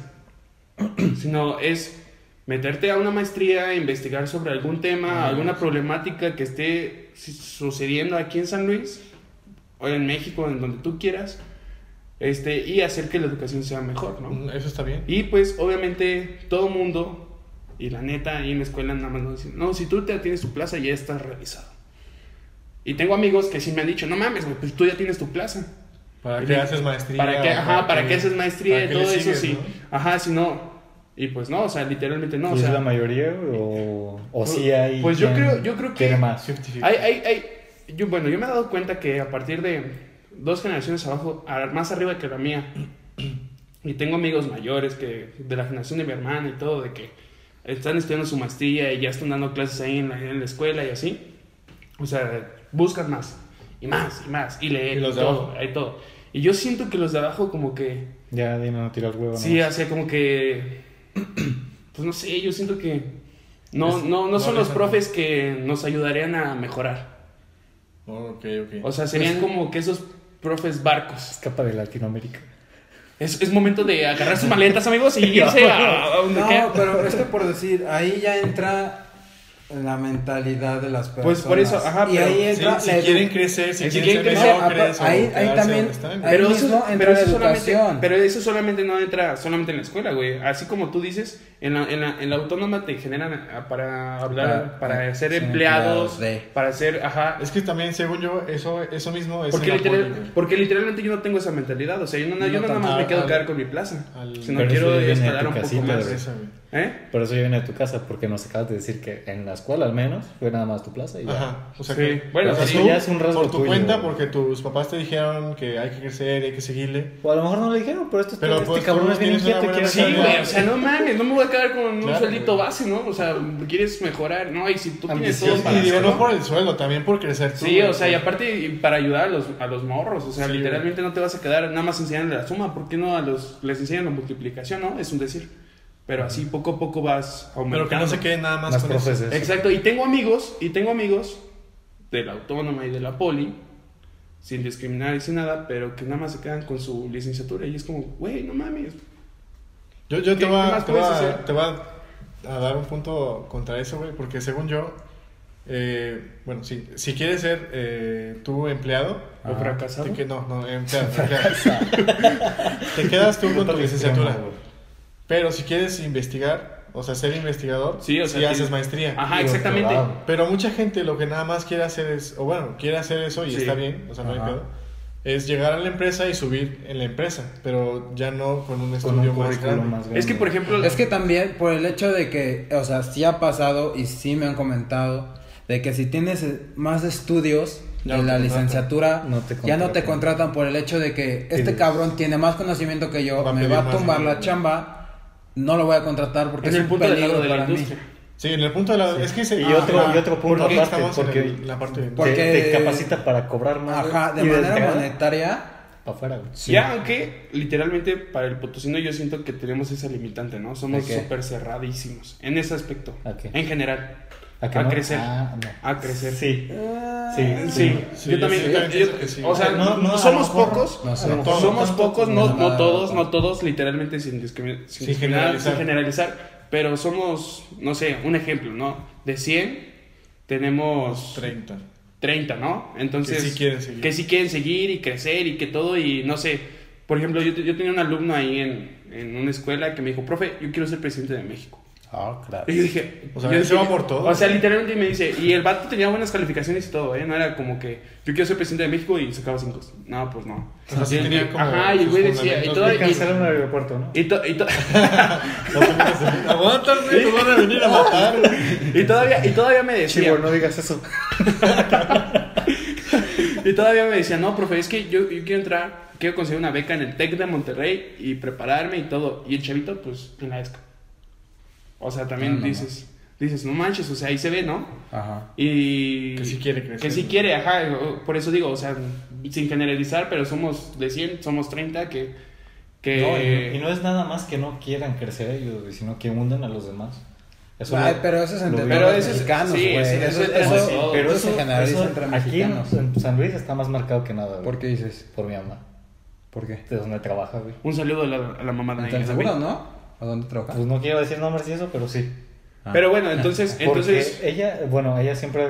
S1: sino es meterte a una maestría, investigar sobre algún tema,
S2: Ah,
S1: alguna
S2: sí.
S1: problemática que esté si- sucediendo aquí en San Luis o en México, en donde tú quieras, este, y hacer que la educación sea mejor, ¿no?
S2: Eso está bien.
S1: Y pues obviamente todo mundo, y la neta, ahí en la escuela nada más nos dicen, no, si tú ya tienes tu plaza ya estás realizado. Y tengo amigos que sí me han dicho, no mames, güey, pues tú ya tienes tu plaza.
S2: ¿Para
S1: Y
S2: qué
S1: le-
S2: haces maestría?
S1: ¿Para qué, ajá,
S2: ¿Para
S1: para
S2: qué-
S1: qué haces maestría
S2: para
S1: y
S2: qué
S1: todo
S2: le
S1: eso?
S2: sigues,
S1: Sí.
S2: ¿no?
S1: Ajá, si no. Y pues no, o sea, literalmente no. O
S4: ¿Es
S1: sea,
S4: la mayoría o, o sí hay
S1: pues yo
S4: quien
S1: creo, yo creo que
S4: quiere más?
S2: cincuenta cincuenta.
S1: Hay, hay, hay, yo, bueno, yo me he dado cuenta que a partir de dos generaciones abajo, a- más arriba que la mía, y tengo amigos mayores que de la generación de mi hermana y todo, de que están estudiando su maestría y ya están dando clases ahí en la, en la escuela y así. O sea, buscan más, y más, y más, y leen,
S2: Y
S1: y,
S2: los de
S1: todo,
S2: abajo.
S1: hay todo. Y yo siento que los de abajo como que,
S4: Ya, dime, no tiras huevo.
S1: sí,
S4: ¿no?
S1: o sea, como que, pues no sé, yo siento que no,
S2: Es-
S1: no, no
S2: no
S1: son los
S2: les-
S1: profes que nos ayudarían a mejorar.
S2: Oh, ok, ok.
S1: O sea, serían
S3: Pues-
S1: como que esos profes barcos.
S4: Escapa de Latinoamérica.
S1: Es, es momento de agarrar sus maletas, amigos, y irse a, a donde
S3: No,
S1: quiera.
S3: pero es que por decir, ahí ya entra la mentalidad de las personas.
S1: Pues por eso, ajá,
S3: y
S1: pero
S3: ahí
S2: Sí,
S3: entra
S2: si
S3: la edu-
S2: quieren crecer, si,
S1: Si
S2: quieren,
S1: quieren
S2: ser
S1: crecer,
S2: mediocres
S3: apa- ahí-
S2: o
S3: ahí
S2: quedarse
S3: también-
S2: donde están.
S3: ahí
S1: Pero
S3: mismo
S1: eso,
S3: entra
S1: pero
S3: la
S1: eso solamente,
S3: educación.
S1: pero eso solamente no entra solamente en la escuela, güey. Así como tú dices, en la, en la, en la autónoma te generan ah, para hablar,
S3: Para-
S1: para, ser
S3: ser
S1: empleados,
S3: empleados de-
S1: para ser, ajá.
S2: Es que también, según yo, eso, eso mismo es
S1: Porque,
S2: en la
S1: literal-
S2: poli, güey.
S1: porque literalmente yo no tengo esa mentalidad, o sea, yo no,
S2: No
S1: yo no nada
S2: tanto.
S1: más me quedo
S2: Al-
S1: quedar con mi plaza,
S2: al-
S1: sino
S4: Pero
S1: quiero
S4: eso viene de
S1: escalar
S4: tu
S1: un poco
S4: casita,
S1: más.
S4: güey.
S2: Esa, güey.
S1: ¿Eh?
S4: Por eso yo vine a tu casa, porque nos acabas de decir que en la escuela al menos fue nada más tu plaza y ya.
S2: Ajá. O sea
S1: Sí.
S2: que,
S1: Bueno,
S2: o sea,
S1: sí,
S2: tú,
S4: ya es un rasgo
S2: por tu
S4: tuyo,
S2: cuenta,
S4: güey.
S2: porque tus papás te dijeron que hay que crecer, hay que seguirle.
S4: O a lo mejor no lo dijeron, pero esto
S2: Pero,
S4: este
S2: pues,
S4: cabrón
S2: tú
S4: es bien
S2: tienes una
S4: inquieto y
S2: buena
S4: quiere
S1: Sí,
S4: saber.
S1: güey, o sea, no mames, no me voy a quedar con un
S2: Claro,
S1: sueldito
S2: güey.
S1: base, ¿no? O sea, quieres mejorar, ¿no? Y si tú tienes
S4: Ambicioso.
S1: todo para
S2: Y digo,
S1: hacerlo.
S2: no por el sueldo, también por crecer tú.
S1: Sí,
S2: güey.
S1: o sea, y aparte y para ayudar a los, a los morros, o sea,
S2: Sí,
S1: literalmente no te vas a quedar nada más enseñando la suma, ¿por qué no a los les enseñan la multiplicación, no? Es un decir. Pero así poco a poco vas aumentando.
S2: Pero que no se queden nada más,
S4: Más
S2: con eso.
S4: profeses.
S1: Exacto, y tengo amigos, y tengo amigos de la autónoma y de la poli, sin discriminar y sin nada, pero que nada más se quedan con su licenciatura y es como, güey, no mames.
S2: Yo, yo te
S1: ¿Qué-
S2: voy,
S1: qué
S2: a,
S1: más
S2: te, voy
S1: puedes
S2: a,
S1: hacer?
S2: te voy a- a dar un punto contra eso, güey, porque según yo, eh, bueno, si, si quieres ser eh, tú empleado,
S1: ¿O
S3: Ajá.
S1: fracasado?
S2: te que, no, no, empleado, empleado. te quedas tú con tu licenciatura. Pero si quieres investigar, o sea, ser investigador,
S1: Sí, o sea,
S2: sí
S1: tienes-
S2: haces maestría.
S1: Ajá,
S4: Y
S1: exactamente.
S4: doctorado.
S2: Pero mucha gente lo que nada más quiere hacer es, o bueno, quiere hacer eso y
S1: Sí.
S2: está bien, o sea, no hay
S3: Ajá.
S2: pedo, es llegar a la empresa y subir en la empresa, pero ya no con un
S4: Con
S2: estudio
S4: un
S2: más
S4: currículum
S2: grande.
S4: más grande.
S1: Es que, por ejemplo,
S3: Es que también por el hecho de que, o sea, sí ha pasado y sí me han comentado de que si tienes eh, más estudios
S2: Ya
S3: de
S2: no
S3: la
S2: te
S3: licenciatura,
S4: No te
S3: ya no te
S4: contratan.
S3: contratan por el hecho de que este
S4: Tienes-
S3: cabrón tiene más conocimiento que yo,
S2: Va a
S3: me
S2: pedir
S3: va a
S2: más
S3: tumbar
S2: dinero,
S3: la
S2: güey.
S3: chamba, no lo voy a contratar porque
S1: en
S3: es
S1: el
S3: un
S1: punto del
S3: peligro
S1: lado de la
S3: para mí.
S1: industria.
S2: Sí, en el punto de la... Es que se,
S4: Y otro-
S2: ajá,
S4: y otro punto
S2: porque
S4: aparte,
S2: estamos en
S4: porque-
S2: el- en la parte de...
S4: Te-
S3: Porque-
S4: te, capacita para cobrar más.
S3: Ajá, de
S4: y
S3: manera
S4: entrada,
S3: monetaria.
S4: para afuera, güey.
S1: Ya, aunque literalmente para el potosino yo siento que tenemos esa limitante, ¿no? Somos
S3: ¿De qué?
S1: súper cerradísimos en ese aspecto.
S4: ¿A qué?
S1: En general.
S4: ¿A, que
S1: A
S4: no?
S1: crecer.
S4: Ah, no.
S1: A crecer.
S4: Sí.
S3: Ah,
S4: Sí,
S1: Sí,
S2: Sí,
S1: yo
S2: yo
S1: también.
S2: sí,
S1: yo-
S2: también
S1: yo-
S2: pienso que sí.
S1: O sea,
S4: No, no, a
S1: somos
S4: lo mejor-
S1: pocos.
S3: No sé.
S2: No todos,
S1: somos
S2: tanto,
S1: pocos, no,
S3: no,
S1: no
S3: nada,
S1: todos,
S3: no.
S1: no todos, literalmente sin, discrimi- sin,
S2: Sin
S1: discriminar,
S2: generalizar.
S1: sin generalizar. Pero somos, no sé, un ejemplo, ¿no? De cien, tenemos
S2: treinta.
S1: treinta, ¿no? Entonces,
S2: Que sí quieren seguir.
S1: que sí quieren seguir y crecer y que todo, y no sé. Por ejemplo, yo, yo tenía un alumno ahí en, en una escuela que me dijo, profe, yo quiero ser presidente de México.
S3: Ah, claro.
S1: Y yo dije,
S2: O sea,
S1: yo
S2: él se
S1: dije-
S2: va por todo.
S1: O sea, literalmente me dice, y el vato tenía buenas calificaciones y todo, ¿eh? No era como que yo quiero ser presidente de México y sacaba cinco. No, pues no.
S2: O sea, sí
S1: Y-
S2: tenía
S1: y-
S2: como
S1: Ajá, y el
S2: sus
S1: güey decía, y
S2: fundamentos.
S1: todo,
S4: Hay que
S1: y,
S4: hacer un aeropuerto, ¿no?
S1: y, to- y, to-
S2: No te metas en- Aguanta, güey, te van a venir a matar.
S1: y todavía, y todavía me decía,
S4: Chivo, no digas eso.
S1: y todavía me decía, no, profe, es que yo, yo quiero entrar, quiero conseguir una beca en el TEC de Monterrey y prepararme y todo. Y el chavito, pues, en la ESCA. O sea, también
S3: No, no,
S1: dices, dices, no manches, o sea, ahí se ve, ¿no?
S3: Ajá.
S1: Y
S2: Que sí quiere crecer.
S1: que sí quiere, ajá, por eso digo, o sea, sin generalizar, pero somos de cien, somos treinta que... que
S4: No, y, y no es nada más que no quieran crecer ellos, güey, sino que hunden a los demás. Eso
S3: Ay,
S4: lo-
S3: pero eso es
S4: lo
S3: entre
S4: vi-
S1: Pero
S3: los
S1: eso es-
S3: mexicanos,
S1: sí,
S3: güey.
S1: eso-
S3: Eso,
S1: eso
S3: eso,
S1: es-
S3: eso,
S1: pero
S3: se generaliza
S4: eso
S3: entre
S4: aquí en,
S3: mexicanos.
S4: en San Luis está más marcado que nada, güey.
S3: ¿Por qué dices?
S4: Por mi mamá.
S3: ¿Por qué?
S4: De donde trabaja, güey.
S1: Un saludo a la, a la mamá de
S3: ¿En
S1: ella.
S3: seguro, no? ¿A dónde trabaja?
S4: Pues no quiero decir nombres y eso, pero sí.
S3: Ah.
S1: Pero bueno, entonces,
S4: Porque
S1: entonces
S4: ella, bueno, ella siempre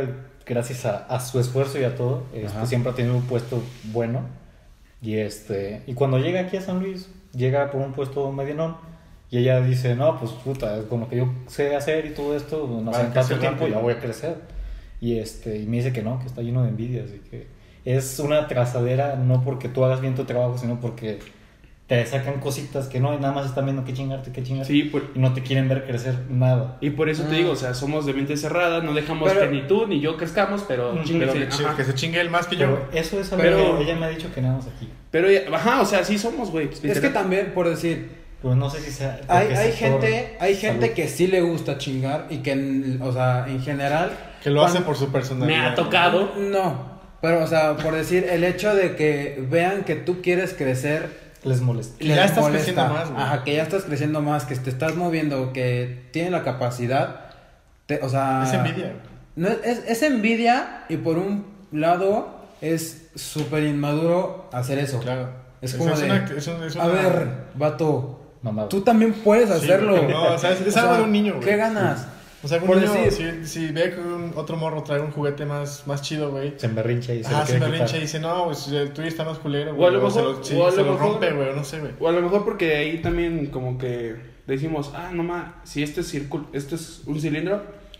S4: gracias a, a su esfuerzo y a todo, este, siempre ha tenido un puesto bueno. Y este y cuando llega aquí a San Luis, llega por un puesto medianón. Y ella dice, no, pues puta, con lo que yo sé hacer y todo esto, no sé, en tanto tiempo ya voy a crecer. Y este y me dice que no, que está lleno de envidia. Así que es una trazadera, no porque tú hagas bien tu trabajo, sino porque te sacan cositas que no, y nada más están viendo que chingarte, que chingarte.
S1: Sí, por...
S4: y no te quieren ver crecer nada.
S1: Y por eso ah. te digo, o sea, somos de mente cerrada, no dejamos pero, que ni tú ni yo crezcamos, pero,
S2: pero que, que se chingue él más que yo.
S4: Pero eso es algo
S1: pero,
S4: que ella me ha dicho que nada más aquí.
S1: Pero, ajá, o sea, sí somos, güey.
S3: Es que también, por decir...
S4: Pues no sé si sea...
S3: Hay, hay gente, hay gente que sí le gusta chingar y que, o sea, en general...
S2: Que lo cuando, hace por su personalidad.
S1: Me ha tocado.
S3: No, pero, o sea, por decir, el hecho de que vean que tú quieres crecer...
S4: Les molesta.
S3: Les
S2: ya estás
S3: molesta.
S2: creciendo más, güey.
S3: Ajá, que ya estás creciendo más, que te estás moviendo, que tienen la capacidad... Te, o sea...
S2: Es envidia.
S3: No, es, es envidia y por un lado es súper inmaduro hacer eso.
S2: Claro.
S3: Es como
S2: es
S3: de...
S2: Una, es una, es una...
S3: A ver, vato...
S4: Mamado.
S3: Tú también puedes hacerlo.
S2: Sí, no, o sea, es, es o algo sea, de un niño, güey.
S3: ¿Qué ganas?
S2: O sea, un
S3: por
S2: niño,
S3: decir,
S2: si, si ve que un, otro morro trae un juguete más, más chido, güey.
S4: Se emberrincha y se
S2: ah,
S4: lo
S2: se emberrincha y dice, no, pues el tuyo está más culero, güey.
S1: O a lo mejor,
S2: o se lo, sí,
S1: o a
S2: se
S1: lo,
S2: lo
S1: mejor,
S2: rompe, güey, o no sé, güey.
S1: O a lo mejor porque ahí también como que decimos, ah, no más, si este es, circul este es un cilindro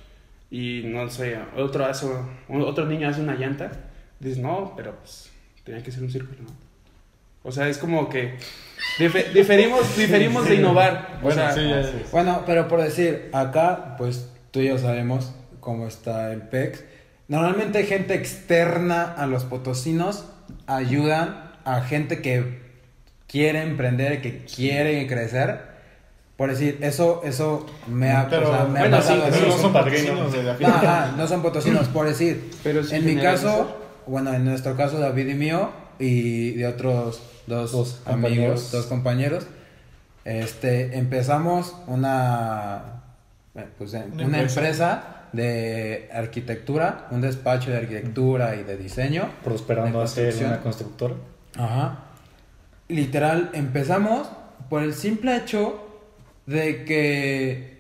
S1: y no sé, otro, hace, otro niño hace una llanta, dices, no, pero pues tenía que ser un círculo, ¿no? O sea, es como que difer diferimos, diferimos sí, sí. de innovar.
S2: Bueno,
S1: o sea,
S2: sí, ya, sí.
S3: Bueno, pero por decir, acá, pues tú y yo sabemos cómo está el P E X. Normalmente gente externa a los potosinos ayudan a gente que quiere emprender, que quiere crecer. Por decir, eso, eso me ha,
S2: pero,
S3: o sea, me
S1: bueno,
S3: ha pasado.
S1: sí,
S2: pero
S3: no
S2: son padrinos de la
S3: no, ajá, no son potosinos, por decir.
S1: Pero sí
S3: en mi caso, bueno, en nuestro caso, David y mío, y de otros dos, dos amigos, compañeros. dos compañeros, este, empezamos una, pues, una, una empresa. empresa de arquitectura, un despacho de arquitectura y de diseño.
S4: Prosperando a ser una constructora.
S3: Ajá. Literal, empezamos por el simple hecho de que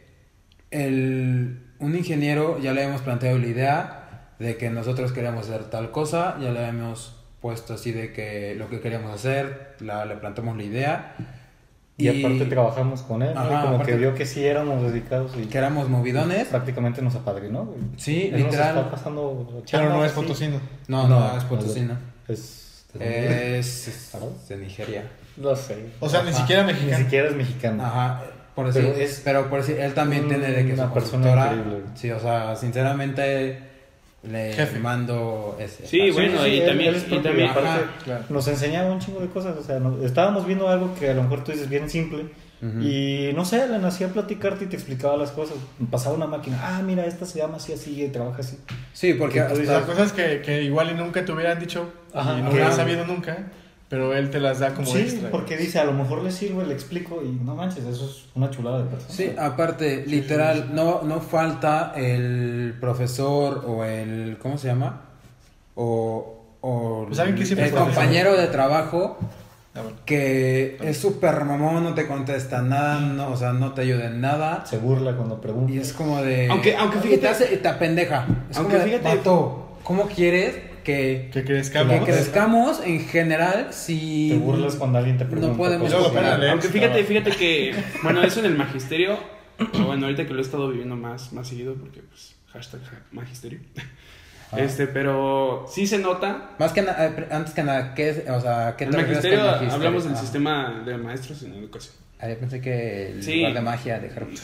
S3: el, un ingeniero ya le habíamos planteado la idea de que nosotros queríamos hacer tal cosa, ya le habíamos puesto así de que lo que queríamos hacer, la, le planteamos la idea.
S4: Y, y aparte trabajamos con él, ajá, como que vio que sí éramos dedicados y
S3: que éramos movidones.
S4: Prácticamente nos apadrinó. Güey.
S3: Sí,
S4: él
S3: literal.
S4: Nos está pasando
S2: Pero no es potosino.
S3: No, no, no es potosino.
S4: Es,
S3: es, es de Nigeria.
S4: No sé.
S2: O sea, ajá. ni siquiera mexicano.
S4: Ni siquiera es mexicano.
S3: Ajá. Por decir, pero, es, pero por decir, él también tiene de que
S4: una
S3: su
S4: persona increíble.
S3: Sí, o sea, sinceramente le Jefe. mando ese.
S1: Sí, bueno, sí, sí, y, él, también,
S4: él
S1: y también
S4: aparte, claro. nos enseñaba un chingo de cosas. O sea, nos, estábamos viendo algo que a lo mejor tú dices bien simple. Uh-huh. Y no sé, le nacía platicarte y te explicaba las cosas. Pasaba una máquina, ah, mira, esta se llama así, así, y trabaja así.
S3: Sí, porque
S2: hasta... las cosas que, que igual y nunca te hubieran dicho, ajá, y no hubieras sabido nunca, pero él te las da como
S4: sí,
S2: extra.
S4: Porque dice, a lo mejor le sirve, le explico, y no manches, eso es una chulada de persona.
S3: Sí, aparte, sí, literal, sí, sí. No, no falta el profesor o el, ¿cómo se llama? O, o
S2: pues ¿saben que
S3: el compañero de trabajo... Ah, bueno. Que es súper mamón, no te contesta nada, no, o sea, no te ayuda en nada.
S4: Se burla cuando pregunta.
S3: Y es como de...
S1: Aunque, aunque fíjate...
S3: Te hace, te apendeja. Es
S1: aunque
S3: como de,
S1: fíjate...
S3: Vato, ¿cómo quieres que...
S2: Que crezcamos?
S3: Que crezcamos en general si...
S4: Te burlas cuando alguien te pregunta.
S3: No podemos
S2: cooperar.
S1: Aunque fíjate, fíjate que... Bueno, eso en el magisterio... Bueno, ahorita que lo he estado viviendo más, más seguido porque, pues, hashtag magisterio... Ah. Este, pero sí se nota.
S3: Más que nada, antes que nada, ¿qué, o sea, ¿qué
S1: el
S3: te
S1: magisterio,
S3: refieres con magisterio?
S1: Hablamos del
S3: ah.
S1: sistema de maestros en educación.
S3: Ah, yo pensé que el
S1: sí.
S3: lugar de magia de Harry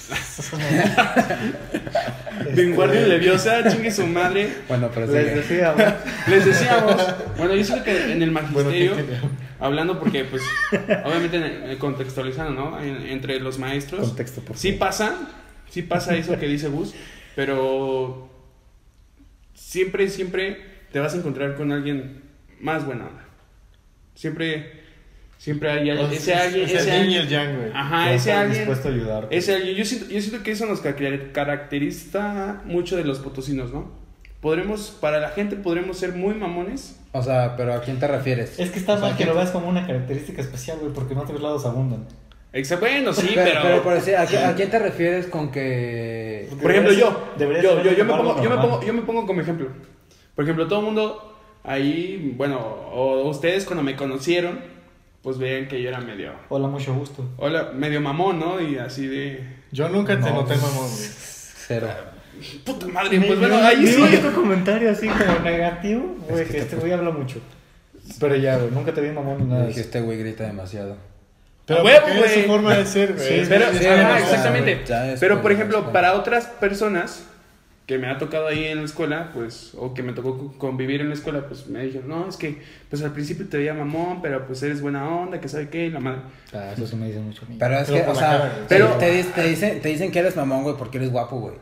S1: Wingardium Leviosa, chingue su madre.
S3: Bueno, pero sí.
S4: Les decíamos.
S1: Les decíamos. Bueno, yo siento que en el magisterio, bueno, hablando porque, pues, obviamente contextualizando, ¿no? En, entre los maestros.
S4: Contexto, por
S1: sí pasa, sí pasa eso que dice Gus, pero siempre, siempre te vas a encontrar con alguien más buena onda. Siempre, siempre hay alguien, ese alguien,
S2: ese,
S1: ese
S2: alguien, el yang, güey.
S1: Ajá, ese alguien
S4: dispuesto a ayudar.
S1: Ese alguien, yo siento, yo siento que eso nos caracteriza mucho de los potosinos, ¿no? Podremos, para la gente podremos ser muy mamones.
S3: O sea, pero ¿a quién te refieres?
S4: Es que está
S3: o sea,
S4: mal que lo veas como una característica especial, güey, porque en otros lados abundan.
S1: Exacto, bueno, sí,
S3: pero...
S1: pero...
S3: Pero por decir, ¿a, ¿a quién te refieres con que...?
S1: Por ejemplo, yo,
S4: debería
S1: yo, yo, yo, me
S4: algo
S1: pongo, yo, me
S4: normal.
S1: pongo, yo me pongo como ejemplo. Por ejemplo, todo el mundo ahí, bueno, o ustedes cuando me conocieron, pues veían que yo era medio...
S4: Hola, mucho gusto.
S1: Hola, medio mamón, ¿no? Y así de...
S2: Yo nunca te
S4: No,
S2: noté mamón, güey.
S3: Cero.
S1: Puta madre, pues bueno, ahí
S4: Mi
S1: sí.
S4: único comentario así como negativo, güey, que este güey habla mucho. Pero ya, güey, nunca te vi mamón ni nada de
S3: Dije,
S4: eso.
S3: este güey grita demasiado.
S2: Pero
S1: ¡A huevo,
S2: porque es
S1: güey!
S2: su forma de ser, güey.
S4: Sí,
S2: Es-
S1: Pero,
S2: es-
S3: Sí,
S2: es-
S1: ajá,
S3: es-
S1: exactamente.
S3: güey, ya es
S1: Pero,
S3: como-
S1: por ejemplo,
S3: es como-
S1: para otras personas que me ha tocado ahí en la escuela, pues, o que me tocó co- convivir en la escuela, pues me dijeron, no, es que, pues al principio te veía mamón, pero pues eres buena onda, que sabe qué, y la madre.
S4: Ah, eso sí me dice mucho a mí.
S3: Pero es
S2: Pero
S3: que,
S2: por
S3: o
S2: la
S3: sea,
S2: cara, güey.
S3: te,
S1: Pero-
S3: te, dis- te dicen, te dicen que eres mamón, güey, porque eres guapo, güey.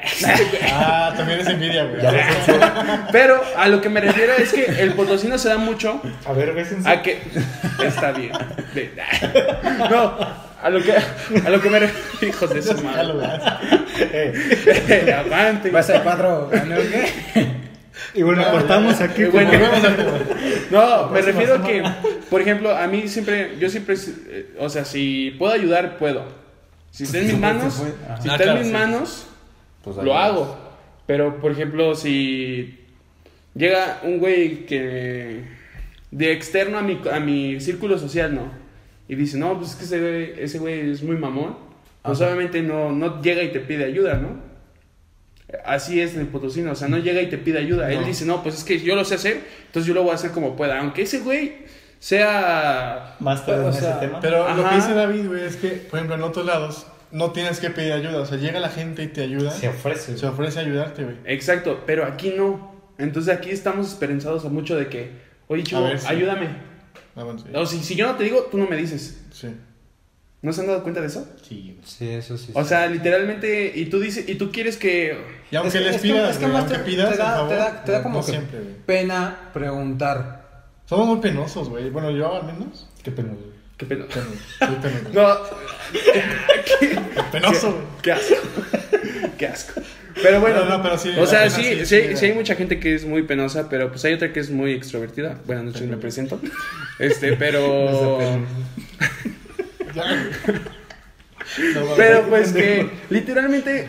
S2: Ah, también es envidia, güey.
S1: Pero a lo que me refiero es que el potosino se da mucho
S4: A ver, bésense.
S1: a que... Está bien. Ve. No, a lo que, a lo que me refiero... Hijos de su
S2: Ya lo
S1: madre.
S2: ves.
S1: Aguante.
S3: Va a ser cuatro, ¿no? ¿Qué?
S4: Y bueno, cortamos aquí.
S1: Qué bueno.
S4: como-
S2: Volvemos a jugar.
S1: No, me
S4: Próxima
S1: refiero a que,
S4: semana.
S1: por ejemplo, a mí siempre, yo siempre, eh, o sea, si puedo ayudar, puedo. Si está en mis manos, si
S2: Ah,
S1: está
S2: claro,
S1: en mis
S2: sí.
S1: manos,
S3: Pues
S1: lo
S3: ayudas.
S1: hago. Pero, por ejemplo, si llega un güey que de externo a mi, a mi círculo social, ¿no? Y dice, no, pues es que ese güey, ese güey es muy mamón. Pues
S3: Ajá.
S1: obviamente no, no llega y te pide ayuda, ¿no? Así es el potosino, o sea, no llega y te pide ayuda. Él
S2: No.
S1: dice, no, pues es que yo lo sé hacer, entonces yo lo voy a hacer como pueda. Aunque ese güey sea...
S4: Máster en
S3: O
S4: ese
S3: sea,
S4: tema.
S2: Pero lo
S1: Ajá.
S2: que dice David, güey, es que, por ejemplo, en otros lados no tienes que pedir ayuda. O sea, llega la gente y te ayuda.
S4: Se ofrece.
S2: Se ofrece a ayudarte, güey.
S1: Exacto, pero aquí no. Entonces aquí estamos esperanzados a mucho de que, oye, chico,
S2: A ver, sí.
S1: ayúdame.
S2: Ah, bueno, sí.
S1: O si, si yo no te digo, tú no me dices.
S2: Sí.
S1: ¿No se han dado cuenta de eso?
S4: Sí.
S3: Sí, eso sí.
S1: O
S3: sí.
S1: sea, literalmente, y tú dices, y tú quieres que...
S2: Y aunque
S3: Es que-
S2: les
S3: es que-
S2: pidas,
S3: es que
S2: güey,
S3: más
S2: aunque
S3: te-
S2: pidas,
S3: te da-
S2: por favor,
S3: te da- te da
S2: no-
S3: como
S2: no
S3: que-
S2: siempre, güey.
S3: Pena preguntar.
S2: Somos muy penosos, güey. Bueno, yo al menos.
S4: Qué pena, güey.
S1: Qué pena.
S2: Penoso. Soy penoso.
S1: No,
S2: Penoso, güey.
S1: qué asco. Qué asco. Pero bueno,
S2: No, no, pero sí,
S1: o sea,
S2: la
S1: sí,
S2: pena
S1: sí,
S2: sí,
S1: hay-
S2: sí,
S1: sí hay
S2: güey.
S1: mucha gente que es muy penosa, pero pues hay otra que es muy extrovertida. Buenas noches, me presento. Este, pero...
S2: Ya, güey. No, mames.
S1: Pero pues que literalmente,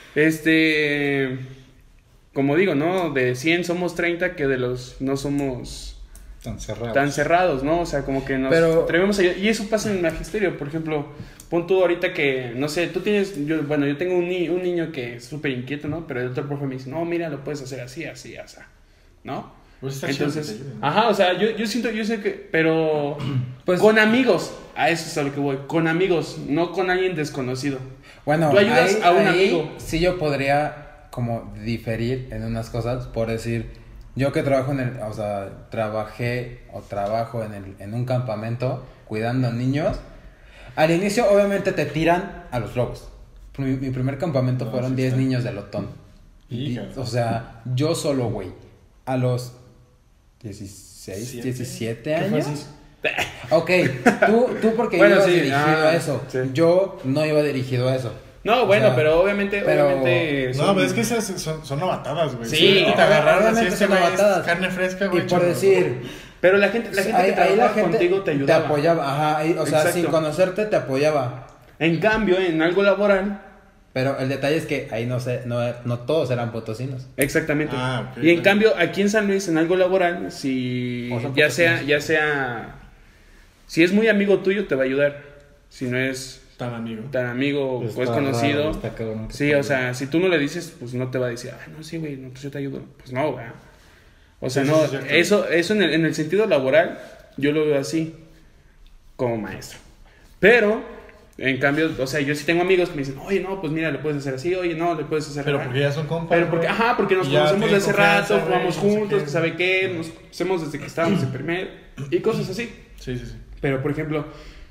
S1: este, como digo, ¿no? De cien somos treinta, que de los no somos
S4: Tan cerrado.
S1: tan cerrados, ¿no? O sea, como que nos
S3: Pero-
S1: atrevemos a... Y eso pasa en el magisterio, por ejemplo, pon tú ahorita que, no sé, tú tienes, yo, bueno, yo tengo un, ni- un niño que es súper inquieto, ¿no? Pero el otro profe me dice, no, mira, lo puedes hacer así, así, así, ¿no?
S2: Pues está chido que
S1: Entonces,
S2: te ayuden, ¿no?
S1: ajá, o sea, yo, yo siento, yo sé que, pero
S3: Pues-
S1: con amigos, a eso es a lo que voy, con amigos, no con alguien desconocido.
S3: Bueno,
S1: Tú ayudas
S3: ahí-
S1: a un
S3: ahí
S1: amigo.
S3: Sí, yo podría como diferir en unas cosas, por decir, yo que trabajo en el, o sea, trabajé o trabajo en, el, en un campamento cuidando a niños. Al inicio, obviamente, te tiran a los lobos. Mi, mi primer campamento
S2: No,
S3: fueron
S2: sí
S3: diez
S2: está.
S3: niños de Lotón.
S2: Híjole.
S3: O sea, yo solo, güey. A los dieciséis,
S2: Siete.
S3: diecisiete
S2: ¿Qué fue
S3: años.
S2: así?
S3: Ok, tú, tú porque
S1: Bueno,
S3: ibas
S1: sí,
S3: dirigido
S1: ah,
S3: a eso.
S1: sí.
S3: Yo no iba dirigido a eso.
S1: No,
S3: O
S1: bueno,
S3: sea,
S1: pero obviamente,
S3: pero-
S1: obviamente...
S2: No,
S1: son-
S2: pero es que esas son, son novatadas, güey.
S1: Sí,
S2: Si te agarraron así,
S3: obviamente
S2: este
S3: son
S2: güey es
S3: novatadas.
S2: carne fresca,
S3: Y
S2: güey.
S3: por
S2: chorro.
S3: decir,
S1: Pero la gente, la gente
S3: ahí,
S1: que
S3: ahí la
S1: trabajaba
S3: gente
S1: contigo te ayudaba.
S3: apoyaba, ajá, ahí, o sea,
S1: Exacto.
S3: sin conocerte te apoyaba.
S1: En cambio, en algo laboral,
S3: Pero el detalle es que ahí no sé, no, no todos eran potosinos.
S1: exactamente.
S2: Ah, ok,
S1: y en
S2: bueno.
S1: cambio, aquí en San Luis, en algo laboral, si
S3: O son
S1: ya sea,
S3: potosinos.
S1: ya sea, si es muy amigo tuyo, te va a ayudar. Si no es
S2: Tan amigo.
S1: tan amigo o
S4: Está
S1: es conocido,
S4: raro, está cabrón que
S1: sí,
S4: te
S1: o sea, si tú no le dices, pues no te va a decir, ah, no, sí, güey, no, pues yo te ayudo. Pues no, güey. O sea,
S2: Sí,
S1: no,
S2: sí, es cierto.
S1: eso, eso en el, en el sentido laboral, yo lo veo así, como maestro. Pero, en cambio, o sea, yo sí tengo amigos que me dicen, oye, no, pues mira, le puedes hacer así, oye, no, le puedes hacer
S2: Pero
S1: acá".
S2: porque ya son compas.
S1: Pero porque,
S2: güey.
S1: ajá, porque nos
S2: Y ya
S1: conocemos de
S2: tienen
S1: hace
S2: confianza,
S1: rato,
S2: güey,
S1: jugamos
S2: no sé
S1: juntos,
S2: qué.
S1: que sabe qué, nos conocemos desde que estábamos en primer, y cosas así.
S2: Sí, sí, sí.
S1: Pero, por ejemplo,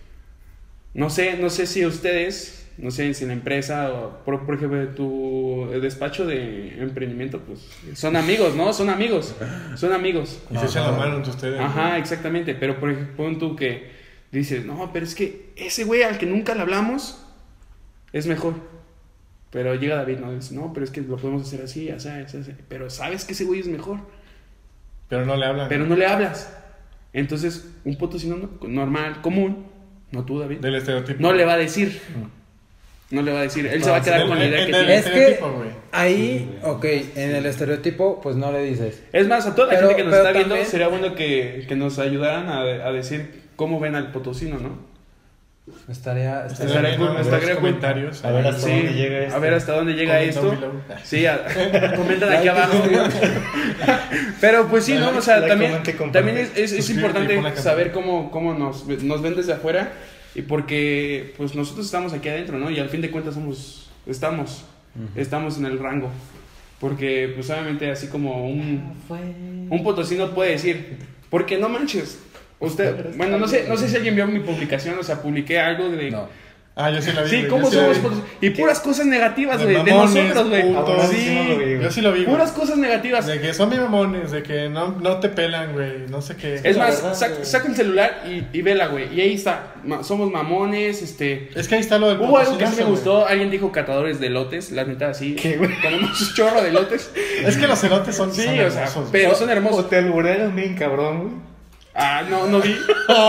S1: no sé, no sé si ustedes, no sé si la empresa o, por, por ejemplo, tu despacho de emprendimiento, pues, son amigos, ¿no? Son amigos, son amigos.
S2: Y se echan la mano entre ustedes.
S1: Ajá,
S2: güey.
S1: exactamente. Pero, por ejemplo, pon tú que dices, no, pero es que ese güey al que nunca le hablamos es mejor. Pero llega David, ¿no? Dice, no, pero es que lo podemos hacer así, así, así, así. Pero sabes que ese güey es mejor.
S2: Pero no le hablan.
S1: Pero no le hablas. Entonces, un potosino no- normal, común, no tú, David,
S2: Del estereotipo.
S1: no le va a decir. No le va a decir, él se va a quedar
S2: en
S1: con la
S2: el-
S1: idea
S2: en
S1: que
S2: el
S1: tiene.
S3: Es que
S2: estereotipo, güey.
S3: ahí, ok, en el estereotipo, pues no le dices.
S1: Es más, a toda la
S3: Pero-
S1: gente que nos
S3: pero
S1: está viendo,
S3: también-
S1: sería bueno que, que nos ayudaran a, a decir cómo ven al potosino, ¿no?
S3: Estaría, estaría
S1: Estaría cool,
S2: Estaría
S1: estaría
S2: los
S1: cool.
S2: comentarios.
S4: A ver hasta
S1: Sí,
S4: dónde llega esto.
S1: a ver hasta dónde llega
S2: Comment
S1: esto.
S2: down below.
S1: Sí, a- comentan aquí abajo. Pero pues sí, ¿no? O sea,
S4: Like,
S1: también,
S4: comente y comparte.
S1: también es, es, es
S2: Suscríbete y
S1: importante
S2: pon la campanita.
S1: saber cómo, cómo nos, nos ven desde afuera. Y porque pues nosotros estamos aquí adentro, ¿no? Y al fin de cuentas somos, estamos, estamos en el rango. Porque pues obviamente así como un, un potosino puede decir, porque no manches. Usted, bueno, no sé, no sé si alguien vio mi publicación, o sea, publiqué algo de...
S3: No.
S2: Ah, yo sí la vi.
S1: Sí,
S2: güey,
S1: ¿cómo
S2: yo sí la
S1: somos
S2: vi.
S1: potosinos? Y puras cosas negativas,
S2: De
S1: güey, de
S2: mamones,
S1: nosotros, güey.
S2: putos.
S1: Sí,
S4: Sí, no lo vi,
S2: Yo sí lo vi, güey.
S1: puras cosas negativas.
S2: De que son bien mamones, de que no, no te pelan, güey, no sé qué.
S1: Es
S4: la
S1: más,
S4: verdad,
S1: saca,
S4: güey.
S1: saca el celular y, y vela, güey. Y ahí está. Ma- somos mamones, este...
S2: Es que ahí está lo del
S1: Hubo algo que sí me
S2: potosinazo,
S1: gustó. Alguien dijo catadores de lotes. La neta, sí.
S4: ¿Qué, güey?
S1: Tenemos un chorro de lotes.
S2: güey. Es que los celotes son,
S1: Sí,
S2: son
S1: o sea,
S2: hermosos, güey.
S1: pero son
S4: O
S1: hermosos.
S4: te alburean bien cabrón, güey.
S1: Ah, no, no vi.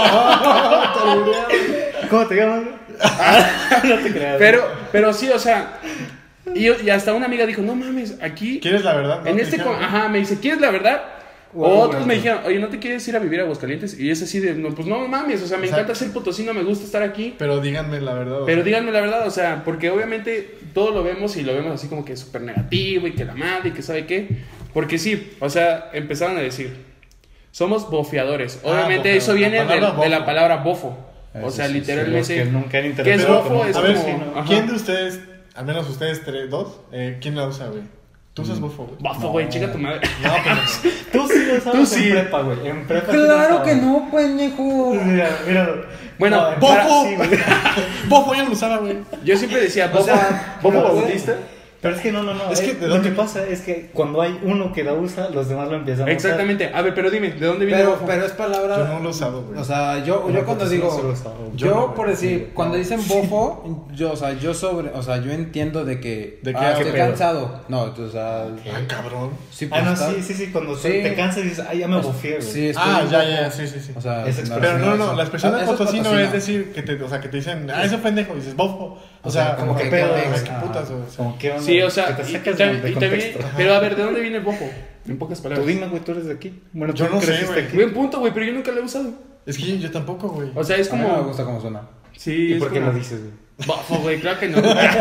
S4: ¿Cómo te llamas, güey? No te creas.
S1: Pero, pero sí, o sea... Y, y hasta una amiga dijo, no mames, aquí...
S2: ¿Quieres la verdad? ¿No?
S1: En
S2: Te
S1: este...
S2: dijeron,
S1: con- Ajá, me dice, ¿quieres la verdad?
S4: Wow,
S1: O otros
S4: wow.
S1: me dijeron, oye, ¿no te quieres ir a vivir a Aguascalientes? Y es así de, no, pues no mames, o sea, me
S2: Exacto.
S1: encanta ser potosino, me gusta estar aquí.
S2: Pero díganme la verdad. o
S1: Pero
S2: sea.
S1: díganme la verdad, o sea, porque obviamente todo lo vemos y lo vemos así como que súper negativo y que la madre y que sabe qué. Porque sí, o sea, empezaron a decir, somos bofeadores.
S2: Ah,
S1: Obviamente
S2: bofeador.
S1: eso viene
S2: La
S1: de,
S2: palabra
S1: de la
S2: bofo.
S1: palabra bofo. O
S3: Eso
S1: sea,
S3: sí, sí,
S4: Los
S1: literalmente...
S4: que nunca han
S1: ¿Qué es
S4: interpretado
S1: bofo?
S4: como-
S1: Es
S2: A ver,
S1: como...
S2: sí,
S1: ajá.
S2: ¿quién de ustedes, al menos ustedes tres, dos, eh, quién la usa, güey? ¿Tú usas bofo, güey?
S1: Bofo, güey, chica tu madre.
S2: No, pero
S4: Tú sí lo sabes
S1: Tú sí.
S4: en prepa, güey. En prepa sí lo
S3: Claro
S4: sabes.
S3: que no, pendejo.
S4: Mira, míralo.
S1: Bueno,
S4: No, en
S1: para-
S4: prepa sí, güey.
S2: bofo yo lo usaba, güey.
S1: Yo siempre decía, bofo,
S3: sea,
S1: bofo
S4: pero-
S1: bautista.
S4: Pero es que no, no, no.
S2: Es
S4: Es
S2: que,
S4: que
S2: ¿de
S4: lo
S2: dónde-
S4: que pasa es que cuando hay uno que la usa, los demás lo empiezan a usar.
S1: Exactamente. A ver, pero dime, ¿de dónde viene
S3: Pero,
S1: bofo?
S3: pero es palabra.
S2: Yo no lo he usado, güey.
S3: O sea, yo,
S4: Pero
S3: yo cuando
S4: pues sí,
S3: digo.
S4: no se lo usaba.
S3: Yo,
S2: Yo no,
S3: por
S2: güey.
S3: decir,
S4: Sí,
S3: cuando
S4: no.
S3: dicen bofo, yo, o sea, yo sobre. O sea, yo entiendo de que.
S2: ¿De qué
S3: ah,
S2: hablo?
S3: estoy cansado. No, o sea.
S2: Ah, cabrón.
S3: Sí,
S4: Ah, no,
S3: está-
S4: sí, sí, sí. Cuando
S3: Sí.
S4: te cansas y dices, ay, ya me bofié, güey.
S3: Sí, estoy
S2: Ah,
S3: un
S2: ya,
S3: poco-
S2: ya, sí, sí, sí.
S3: O sea,
S4: Esa
S3: no,
S2: Pero no,
S3: eso.
S2: no, la expresión
S3: Ah,
S2: de
S3: eso es
S2: potosino
S3: potosino.
S2: es decir, que te, o sea, que te dicen, ah, ese pendejo, y dices, bofo. O,
S3: O
S2: sea,
S3: sea,
S2: como
S3: como
S2: que
S3: que
S2: pedo,
S3: context,
S2: güey, qué
S3: ajá.
S2: putas, o sea.
S4: Como que onda,
S1: Sí, o sea,
S4: que te
S1: y,
S4: sacas
S1: y
S4: de,
S1: tam-
S4: de
S1: y también...
S4: contexto.
S1: Pero a ver, ¿de dónde viene el bofo? En pocas
S4: Tú
S1: palabras.
S4: dime, güey, tú eres de aquí. Bueno,
S2: Yo
S4: tú
S2: no sé,
S4: creciste
S2: güey.
S4: aquí.
S1: Buen punto, güey, pero yo nunca lo he usado.
S2: Es que yo tampoco, güey.
S1: O sea, es
S3: A mí no me
S1: como...
S3: gusta cómo suena.
S1: Sí,
S4: ¿Y
S1: es
S4: por qué
S1: como...
S4: lo dices, güey?
S1: Bofo, güey, claro que no.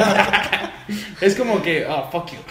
S1: Es como que, ah, fuck you.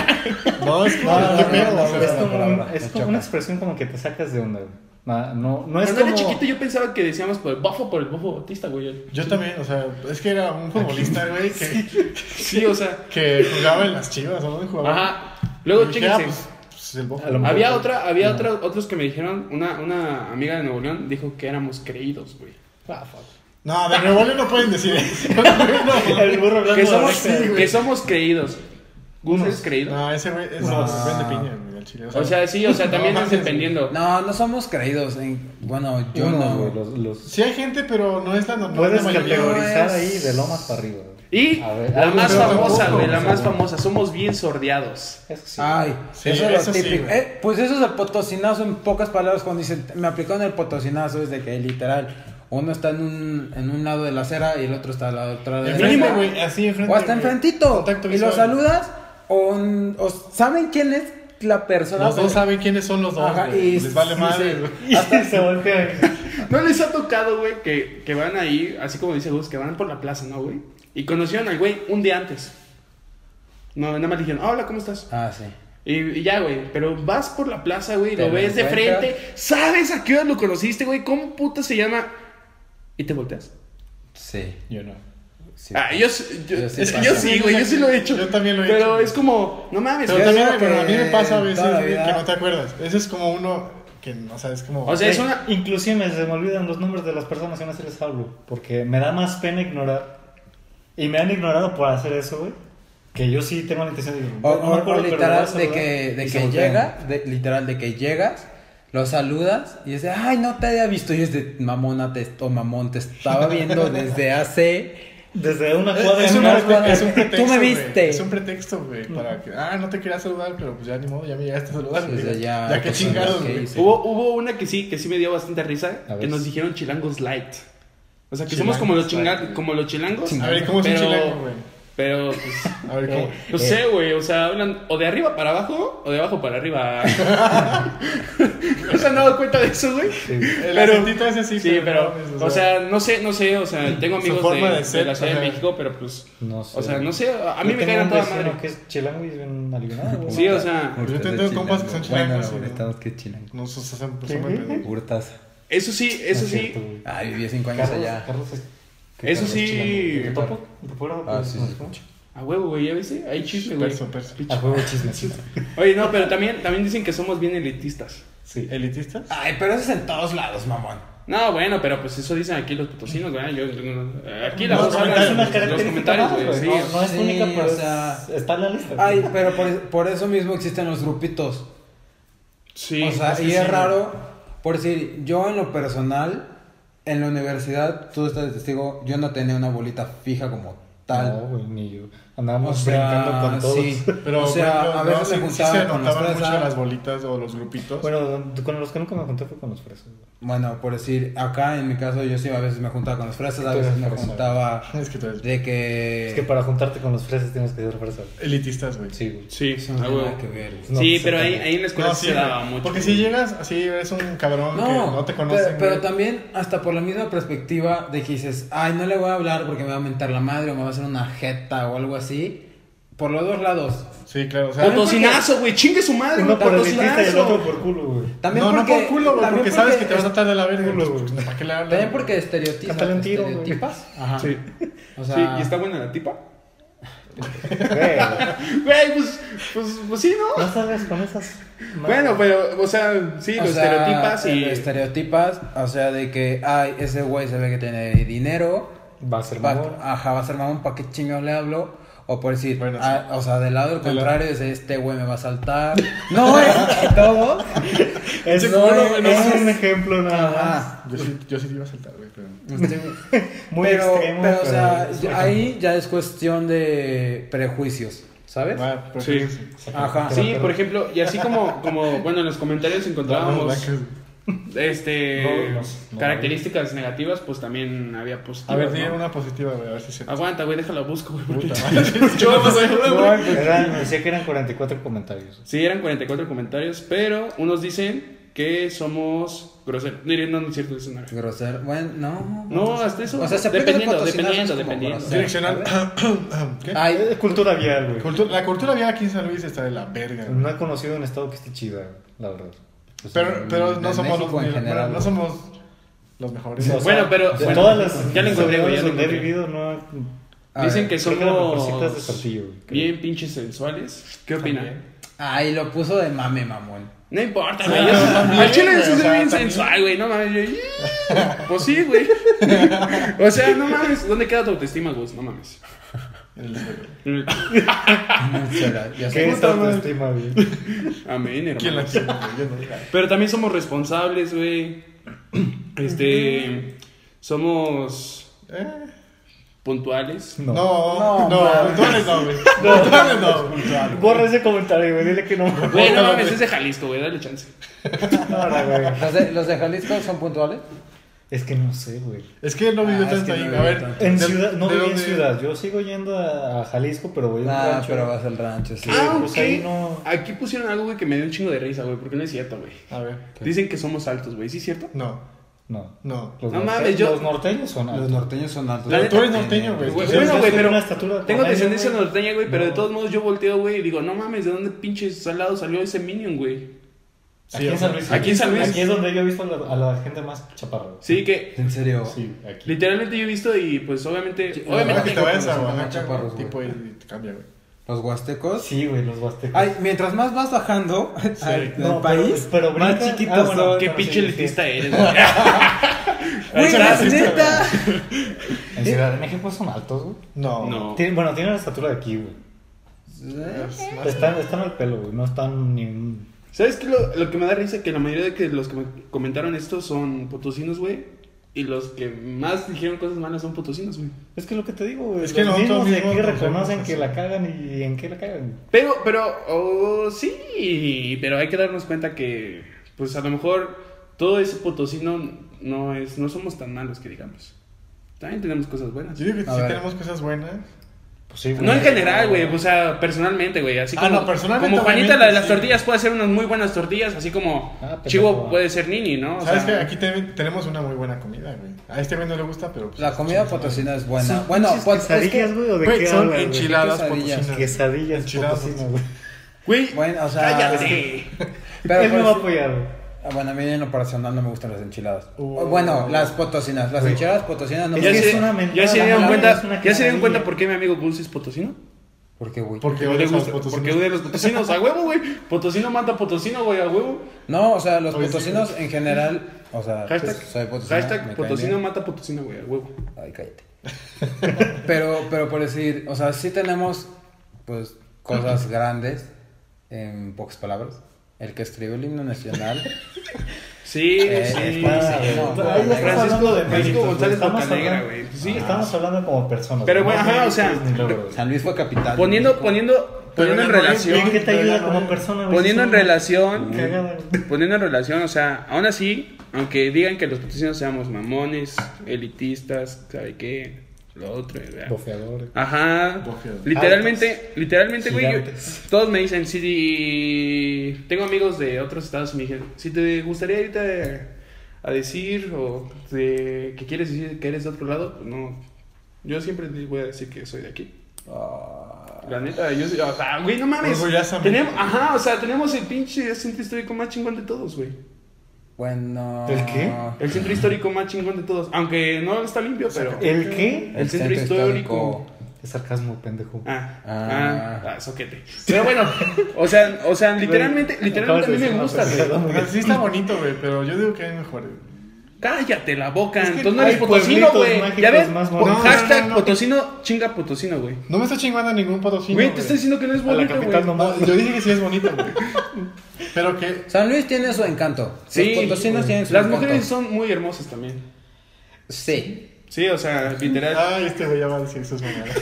S2: No, es que
S3: No, no,
S2: qué
S3: no,
S2: pedo,
S3: no,
S2: o
S3: no,
S2: sea,
S4: Es
S3: no,
S4: como,
S3: no,
S4: un-
S3: no,
S4: es
S3: me
S4: como
S3: choca.
S4: una expresión como que te sacas de onda, güey. No, no, no es
S1: Cuando
S4: como...
S1: era chiquito yo pensaba que decíamos por el bofo, por el bofo bautista, güey.
S2: Yo también, o sea, es que era un futbolista, güey, que,
S1: Sí, o sea...
S2: que jugaba en las Chivas, ¿o dónde jugaba?
S1: Ajá. Luego,
S2: Y dije, ah,
S1: chéquense.
S2: pues, pues el bofo.
S4: A lo mejor.
S1: Había otra, había otra, otros que me dijeron, una, una amiga de Nuevo León dijo que éramos creídos, güey.
S4: Ah, fuck.
S2: No, de Nuevo León no pueden decir eso. No,
S4: El burro hablando
S1: Que
S4: de
S1: somos,
S4: Alexa, güey.
S1: que somos creídos. ¿Gus es creído?
S2: no, ese güey es
S3: No.
S2: vende piña, güey, al chile.
S1: O sea, sí, o sea, también
S2: No,
S1: es
S2: mames,
S1: dependiendo.
S3: No, no somos creídos. En... Bueno, yo
S4: Uno,
S3: no.
S4: güey, los, los...
S2: sí hay gente, pero no es la normal.
S4: Puedes
S2: la mayoría.
S4: categorizar
S3: no es-
S4: ahí de lomas para arriba, güey.
S1: Y
S4: A ver,
S1: la
S4: algo
S1: más
S2: pero
S1: famosa,
S2: tampoco,
S1: güey, la
S2: o
S1: más
S2: sea,
S1: famosa. Somos bien sordeados.
S4: Eso sí.
S3: Ay,
S2: Sí,
S3: eso es lo
S2: eso sí,
S3: típico.
S2: güey.
S3: Eh, pues eso es el potosinazo en pocas palabras. Cuando dicen, me aplicaron el potosinazo, es de que literal, uno está en un, en un lado de la acera y el otro está al lado otro lado de la
S2: Enfrente,
S3: acera.
S2: güey, así enfrente.
S3: O hasta
S2: güey.
S3: enfrentito.
S2: Contacto
S3: Y lo
S2: visual.
S3: saludas o, o saben quién es la persona.
S2: Los dos saben quiénes son los dos,
S3: Ajá,
S2: güey.
S3: y
S2: Les vale
S3: sí,
S2: madre,
S3: sí.
S2: güey.
S4: Y hasta se voltea.
S1: ¿No les ha tocado, güey, que, que van ahí, así como dice Gus, que van por la plaza, ¿no, güey? Y conocieron al güey un día antes. No, nada más le dijeron, hola, ¿cómo estás?
S3: Ah, sí.
S1: Y, y ya, güey, pero vas por la plaza, güey,
S3: Te
S1: lo
S3: lo
S1: ves de
S3: encuentras.
S1: frente, ¿sabes a qué hora lo conociste, güey? ¿Cómo puta se llama? Y te volteas.
S3: Sí.
S4: Yo no.
S3: sí.
S1: Ah, yo, sí- yo,
S3: Yo sí
S1: es que
S3: pasa.
S1: yo sí, güey, yo sí lo he hecho.
S2: Yo también lo he
S1: Pero
S2: hecho.
S1: es como, no mames,
S2: Pero
S1: güey.
S2: también,
S3: digo
S2: pero a mí
S3: que
S2: me pasa a veces,
S3: toda la
S2: güey,
S3: vida-
S2: que no te acuerdas. Ese es como uno que, o sea, es como...
S1: O sea, es
S4: Güey,
S1: una...
S4: Inclusive me- se me olvidan los nombres de las personas y no se les hablo. Porque me da más pena ignorar. Y me han ignorado por hacer eso, güey. Que yo sí tengo la intención de...
S3: O,
S4: no me
S3: o- o
S4: acuerdo, pero
S3: literal
S4: lo voy a
S3: de
S4: saludar
S3: que, de
S4: y se
S3: que
S4: voltean.
S3: llega, de, literal de que llegas, lo saludas y dices, ay, no te había visto. Y es de mamona te, o mamón, te estaba viendo desde hace.
S4: Desde una
S2: Es,
S4: cuadra
S2: es
S4: en
S2: un,
S4: una
S3: prete-
S2: prete- es un
S3: Tú
S2: pretexto,
S3: me
S2: güey.
S3: viste.
S2: Es un pretexto, güey, para que... Ah, no te quería saludar, pero pues ya ni modo, ya me llegaste a saludar.
S3: Sí,
S2: güey.
S3: o sea, ya-
S2: ya qué
S3: pues,
S2: chingados,
S3: ok,
S2: güey.
S3: sí.
S1: Hubo, hubo una que sí, que sí me dio bastante risa,
S4: A ver.
S1: que nos dijeron chilangos light. O sea, que
S2: Chilangos
S1: somos como los,
S2: light,
S1: chinga-
S2: güey.
S1: como los chilangos.
S2: A ver, ¿cómo es un
S1: pero-
S2: chilango, güey?
S1: Pero, pues,
S2: A ver, ¿cómo?
S1: no sé, güey, o sea, hablan o de arriba para abajo o de abajo para arriba. ¿No se han dado cuenta de eso, güey?
S2: El
S1: Pero-
S2: acentito ese sí,
S1: Sí, pero,
S2: no mames,
S1: o sea, no sé, no sé, o sea, tengo
S2: Su
S1: amigos
S2: forma
S1: de,
S2: de ser,
S1: de la Ciudad de
S2: ajá.
S1: México, pero pues,
S4: No sé.
S1: o sea, no sé, a mí
S4: Yo
S1: me
S4: tengo
S1: caen a
S4: un
S1: toda
S4: vecino
S1: madre.
S4: que es chilango y es bien alivianado, güey.
S1: Sí, o sea,
S2: Yo
S3: Hurtas
S2: tengo
S3: de
S2: compas que son
S3: chilango.
S2: chilangos,
S3: Bueno,
S2: sí.
S3: estamos que chilango.
S2: No, se hacen
S4: ¿Qué?
S2: son muy pedos.
S3: Hurtas.
S1: eso sí, eso
S4: No es
S1: sí,
S4: cierto, güey.
S3: Ah, viví cinco años
S4: Carlos,
S3: allá.
S4: Carlos es- ¿qué
S1: Eso
S4: Carlos
S1: sí.
S4: chilango? ¿Qué topo? ¿Te acuerdas?
S3: Ah, sí, sí.
S1: a huevo, güey, ¿ya viste? Hay chisme, güey.
S2: Perso, perso.
S4: A juego chismecito.
S1: Oye, no, pero también, también dicen que somos bien elitistas.
S4: Sí.
S2: ¿Elitistas?
S3: Ay, pero eso es en todos lados, mamón.
S1: No, bueno, pero pues eso dicen aquí los potosinos, güey. Yo, yo no- aquí la
S2: No,
S1: voz habla
S2: comentarios,
S1: en
S4: Es una
S1: los
S4: característica
S1: comentarios,
S4: más,
S1: güey.
S4: güey.
S1: Sí.
S4: No, no es
S3: Sí,
S4: única, pero
S3: o sea-
S4: es- está en la lista.
S3: Ay, pero por, por eso mismo existen los grupitos.
S1: Sí,
S3: O sea,
S2: es que
S3: y
S2: sí,
S3: es
S2: güey.
S3: raro, por decir, yo en lo personal, en la universidad, tú estás de testigo, yo no tenía una bolita fija como tal.
S4: No, güey, ni yo. Andábamos
S3: O sea,
S4: brincando con todos.
S3: sí.
S2: Pero,
S3: o sea,
S2: por ejemplo,
S3: a veces
S2: no, sí-
S3: me
S2: sí
S3: juntaba
S2: se
S3: con los
S2: notaban mucho
S3: fresa.
S2: las bolitas o los grupitos.
S4: Bueno, con los que nunca me junté fue con los fresas. güey.
S3: Bueno, por decir, acá en mi caso yo sí a veces me juntaba con los fresas, a
S4: Tú
S3: veces
S4: eres
S3: me
S4: fresa.
S3: juntaba
S2: Es que tú eres
S3: de que...
S4: Es que para juntarte con los fresas tienes que ser fresa.
S2: elitistas, güey.
S4: Sí, güey.
S1: Sí,
S3: Eso
S1: a
S3: no tiene
S1: huevo.
S3: nada que ver. güey.
S4: No,
S1: Sí,
S4: pues,
S1: pero ahí,
S4: también.
S1: ahí en la escuela
S2: No,
S1: sí
S2: sí,
S1: se daba
S2: güey.
S1: mucho.
S2: Porque si llegas así, eres un cabrón que no te conocen.
S3: pero, pero
S2: güey.
S3: también hasta por la misma perspectiva de que dices, ay, no le voy a hablar porque me va a mentar la madre o me va a hacer una jeta o algo así. Por los dos lados.
S2: Sí, claro. O sea,
S1: Potosinazo, güey, chingue su madre,
S4: Uno
S1: güey,
S4: por elitista y el
S1: potosinazo.
S4: otro por culo, güey.
S3: También
S2: no,
S3: porque,
S2: no por culo, güey,
S3: también
S2: porque sabes que
S3: porque
S2: te vas a tratar de la verga.
S4: Culo,
S2: pues,
S4: güey.
S2: ¿para qué le hablas?
S3: También porque estereotizas.
S4: Cántale un tiro, güey.
S3: estereotipas. Ajá.
S1: Sí.
S3: O sea,
S1: Sí, ¿y está buena la tipa?
S4: Güey,
S1: Güey, pues, pues, pues sí, ¿no?
S4: no sabes con esas.
S1: Bueno, pero, o sea, sí,
S3: o
S1: los
S3: sea,
S1: estereotipas y...
S3: eh, estereotipas, o sea, de que, ay, ese güey se ve que tiene dinero.
S4: Va a ser
S3: va-
S4: mamón.
S3: Ajá, va a ser mamón, ¿para qué chingados le hablo? O por decir,
S2: Bueno, sí.
S3: ah, o sea, del lado del
S2: Del
S3: contrario es este güey me va a saltar. No, es que todo.
S4: Es,
S3: No,
S4: no,
S3: es-
S4: es un ejemplo nada más.
S3: Ajá.
S2: Yo sí, yo sí te iba a saltar, güey, pero...
S3: Este,
S4: Muy
S3: pero,
S4: extremo,
S3: pero, o
S4: pero
S3: sea,
S4: es
S3: ya- ahí ya es cuestión de prejuicios, ¿sabes?
S2: Ah, pero
S1: Sí.
S3: Ajá.
S1: Sí, por ejemplo, y así como, como bueno, en los comentarios encontrábamos
S2: Blancas.
S1: este
S4: No, no, no.
S1: características negativas, pues también había positivas.
S2: A ver,
S1: ¿no?
S2: dime una positiva, güey, a ver si se...
S1: Aguanta, güey, déjala busco, güey. porque-
S2: Puta madre.
S1: Yo voy a pasar, güey.
S4: Eran, decía que eran cuarenta y cuatro comentarios.
S1: Sí, eran cuarenta y cuatro comentarios, pero unos dicen que somos groseros. Diría, no, no es cierto, eso no era.
S3: Grosero. Bueno, no.
S1: No, hasta eso.
S3: O sea, se aplica el
S1: dependiendo,
S3: potosinazo,
S1: dependiendo,
S3: es como
S1: dependiendo.
S3: grosero.
S2: Direccional. ¿Qué?
S3: Ay,
S4: Es cultura vial, güey.
S2: Cultu- la cultura vial aquí en San Luis está de la verga, güey.
S4: No he conocido un estado que esté chida, la verdad.
S3: pues,
S2: Pero, pero
S3: en
S2: no somos
S3: México
S2: los
S3: en
S2: bueno,
S3: general,
S2: no
S3: güey.
S2: somos los mejores.
S4: O sea,
S1: Bueno, pero-
S4: de
S1: bueno,
S4: todas las
S1: ya lo encontré, güey, ya lo
S4: donde he
S1: encontré.
S4: vivido, no.
S3: A
S1: Dicen
S3: ver,
S1: que
S4: creo que las mejorcitas de
S1: somos
S4: Saltillo, güey, creo.
S1: bien pinches sensuales. ¿Qué opinan?
S2: También.
S3: Ay, lo puso de mame, mamón.
S1: No importa,
S2: Ah,
S1: güey. yo-
S2: también,
S1: Al chile
S2: güey,
S1: sí
S2: o
S1: soy
S2: sea,
S1: bien
S2: también.
S1: sensual, güey. No mames. yo- Pues sí, güey. O sea, no mames. ¿Dónde queda tu autoestima, Gus? No mames.
S2: En el suelo.
S3: Ya sé.
S4: ¿Qué es
S1: Puta madre.
S4: autoestima, güey?
S1: Amén,
S2: ¿Quién la
S1: hermano.
S2: tiene? Yo no.
S1: Pero también somos responsables, güey. Este. Somos
S2: Eh.
S1: puntuales.
S2: No,
S3: No,
S2: no,
S3: mames.
S2: puntuales no, güey. Puntuales no.
S4: Borra ese comentario, güey. Dile que no.
S1: Güey, no mames, es de Jalisco, güey. Dale chance.
S4: Ahora, güey.
S3: ¿Los de, ¿Los de Jalisco son puntuales?
S4: Es que no sé, güey.
S2: Es que no vivió
S3: Ah, es
S2: tanto
S3: que
S2: ahí.
S3: no
S2: A
S3: vivió
S2: ver,
S3: tanto.
S4: En
S2: de-
S4: ciudad, no
S2: de
S4: viví en
S2: dónde-
S4: ciudad. Yo sigo yendo a, a Jalisco, pero voy a un
S3: Ah,
S4: rancho.
S3: pero vas al rancho, sí.
S1: Ah,
S4: pues
S1: ok.
S4: ahí no-
S1: Aquí pusieron algo, güey, que me dio un chingo de risa, güey. Porque no es cierto, güey.
S2: A ver.
S1: Dicen que somos altos, güey. ¿Sí es cierto?
S2: No,
S4: No.
S2: no.
S4: Los
S1: No
S4: norte-
S1: mames, yo-
S4: Los norteños son
S3: Los
S4: altos.
S3: norteños son altos.
S1: La
S2: Pero
S1: neta-
S2: tú eres norteño, güey.
S1: Güey,
S4: Yo-
S1: bueno,
S4: yo
S1: güey,
S4: soy
S1: pero
S4: una estatura
S1: tengo
S4: promedio,
S1: descendencia
S4: güey.
S1: norteña, güey, pero de
S4: No.
S1: todos modos yo volteo, güey, y digo, no mames, ¿de dónde pinches al lado salió ese Minion, güey?
S4: Aquí
S2: Sí,
S4: en
S2: o sea,
S4: San Luis.
S1: aquí en San Luis.
S4: Aquí es donde yo he visto a la, a la gente más chaparra. güey.
S1: Sí, que
S3: ¿En serio?
S4: Sí, aquí.
S1: literalmente yo he visto y pues obviamente,
S3: Sí,
S2: Ahora
S1: obviamente
S2: que te vayas a
S3: Son más
S2: Oaxaca,
S3: chaparros, güey.
S2: tipo, y te cambia, güey.
S3: Los huastecos.
S4: Sí, güey, los huastecos.
S3: Ay, mientras más vas bajando al, al
S4: No,
S3: país,
S4: pero- pero
S3: más
S4: brinca-
S3: chiquitos
S4: ah, bueno,
S3: son.
S1: qué
S4: no,
S1: pinche
S4: sí, sí.
S1: elitista eres, güey.
S3: Güey,
S2: Está
S3: es
S2: triste,
S3: neta.
S4: En Ciudad de México son altos, güey.
S2: No.
S1: No.
S4: Tienen- bueno, tienen la estatura de aquí, güey.
S2: Es más-
S4: Están, están al pelo, güey. No están ni. un-
S1: ¿Sabes qué? Lo, lo que me da risa que la mayoría de que los que me comentaron esto son potosinos, güey. Y los que más dijeron cosas malas son potosinos, güey.
S4: Es que lo que te digo, güey.
S2: Es que
S4: los
S2: nosotros
S4: mismos de
S2: mismos
S4: aquí
S2: nos
S4: reconocen
S2: vemos
S4: que
S2: así.
S4: la cagan y en qué la cagan.
S1: Pero, pero, oh, sí, pero hay que darnos cuenta que, pues a lo mejor todo ese potosino no es, no somos tan malos que digamos. También tenemos cosas buenas.
S2: Yo digo que
S3: A
S2: sí
S3: ver.
S2: tenemos cosas buenas.
S4: Pues sí, güey.
S1: No en general, güey, o sea, personalmente, güey, así
S2: Ah,
S1: como,
S2: no, personalmente,
S1: como Juanita, la de las
S2: sí.
S1: tortillas, puede hacer unas muy buenas tortillas, así como
S4: Ah,
S1: Chivo
S4: pendejo.
S1: puede ser Nini, ¿no? O
S2: ¿Sabes
S1: sea,
S2: qué? Aquí te- tenemos una muy buena comida, güey. A este güey no le gusta, pero... Pues,
S3: La comida potosina es buena.
S4: ¿Son
S3: Bueno,
S4: pinches
S3: pues es
S4: quesadillas,
S3: que,
S4: güey, o de
S2: Güey,
S4: qué
S2: son
S4: hablas, güey?
S2: enchiladas
S3: quesadillas?
S2: potosinas.
S4: Quesadillas
S2: Enchiladas
S4: potosinas, güey.
S1: güey,
S3: bueno, o sea,
S1: cállate.
S3: pero
S4: Él me
S3: pues-
S4: va a apoyar, güey.
S3: Ah, bueno, a mí en lo personal no me gustan las enchiladas.
S2: Uh.
S3: Bueno, las potosinas, las
S4: Güey.
S3: enchiladas potosinas no me
S1: Ya
S4: Es que
S1: se,
S4: es una mentada,
S1: ya se dieron
S3: la
S1: cuenta,
S4: es una
S1: ya se dieron
S4: quesadilla.
S1: cuenta por qué mi amigo Gus es potosino.
S3: ¿Por qué, güey?
S2: Porque
S1: No le
S2: odias a los
S1: gusta,
S2: potosinos.
S1: porque odia a los potosinos, a huevo, güey. Potosino mata potosino, güey, a huevo.
S3: No, o sea, los
S2: Oye, sí,
S3: potosinos en general, o sea,
S1: Hashtag,
S3: pues, soy potosino. me
S1: hashtag
S3: caen
S1: potosino
S3: bien.
S1: mata potosino, güey, a huevo.
S3: Ay, cállate. pero, pero por decir, o sea, sí tenemos, pues, cosas grandes, en pocas palabras. El que escribió el himno nacional.
S1: Sí,
S3: Eh,
S1: sí.
S3: es
S1: sí.
S3: para-
S1: No,
S3: no,
S4: Ahí
S3: no,
S4: estamos
S1: Francisco,
S4: hablando de
S1: Francisco
S4: méritos,
S1: González
S4: estamos
S1: Bocanegra,
S4: hablando-
S1: güey.
S4: Sí, estamos hablando como personas.
S1: Pero,
S4: güey,
S1: güey,
S4: no
S1: ajá, o
S4: méritos
S1: sea,
S4: ni logros.
S3: San Luis fue capital.
S1: Poniendo,
S3: de México.
S1: poniendo, poniendo en
S2: Pero no,
S1: relación.
S4: ¿En qué te
S2: Pero
S4: ayuda
S2: ya
S4: como
S2: no-
S4: persona, güey?
S1: Poniendo
S4: Es
S1: en
S4: una
S1: relación.
S4: cagada, güey.
S1: Poniendo en relación, o sea, aún así, aunque digan que los potosinos seamos mamones, elitistas, ¿sabe qué? Lo otro, ¿verdad?
S4: Bofeadores.
S1: Ajá.
S2: Bofeadores.
S1: Literalmente, literalmente, güey. yo-
S4: Gigantes.
S1: Todos me dicen, si tengo amigos de otros estados y me dijeron, si te gustaría irte a, a decir o de, que quieres decir que eres de otro lado, pues no. Yo siempre les voy a decir que soy de aquí.
S3: Ah,
S1: La neta, yo soy, o sea, güey, no mames.
S2: Orgullosamente.
S1: Tenemos, ajá, o sea, tenemos el pinche centro histórico más chingón de todos, güey.
S3: bueno.
S4: ¿El qué?
S1: El centro histórico más chingón de todos. Aunque no está limpio, pero.
S4: ¿El qué?
S1: El centro histórico.
S4: Es sarcasmo, pendejo.
S1: Ah,
S3: Ah.
S1: ah, ah, soquete. Pero bueno, o sea, o sea, literalmente,
S4: Güey,
S1: literalmente a mí
S4: acabas de
S1: me
S4: decir
S1: gusta,
S4: una
S1: güey.
S4: pendejada.
S2: O sea, sí está bonito, güey, pero yo digo que hay mejores.
S1: Cállate la boca.
S2: Es que
S1: Entonces no eres
S4: hay
S1: potosino,
S4: pueblitos
S1: güey.
S4: mágicos
S1: Ya ves,
S4: más
S1: Po-
S4: bonitos.
S1: hashtag
S2: No, no, no.
S1: potosino, chinga potosino, güey.
S2: No me estoy chingando a ningún potosino,
S1: Güey, te estoy diciendo que no es
S4: A la
S1: bonito,
S4: capital
S1: güey.
S4: nomás.
S2: No, yo dije que sí es bonito, güey. Pero que...
S3: San Luis tiene su encanto.
S1: Sí,
S3: Los potosinos tienen su
S1: las
S3: encanto.
S1: mujeres son muy hermosas también.
S3: Sí.
S1: Sí, o sea, literal.
S2: Ay, este güey ya va a decir sus mamadas.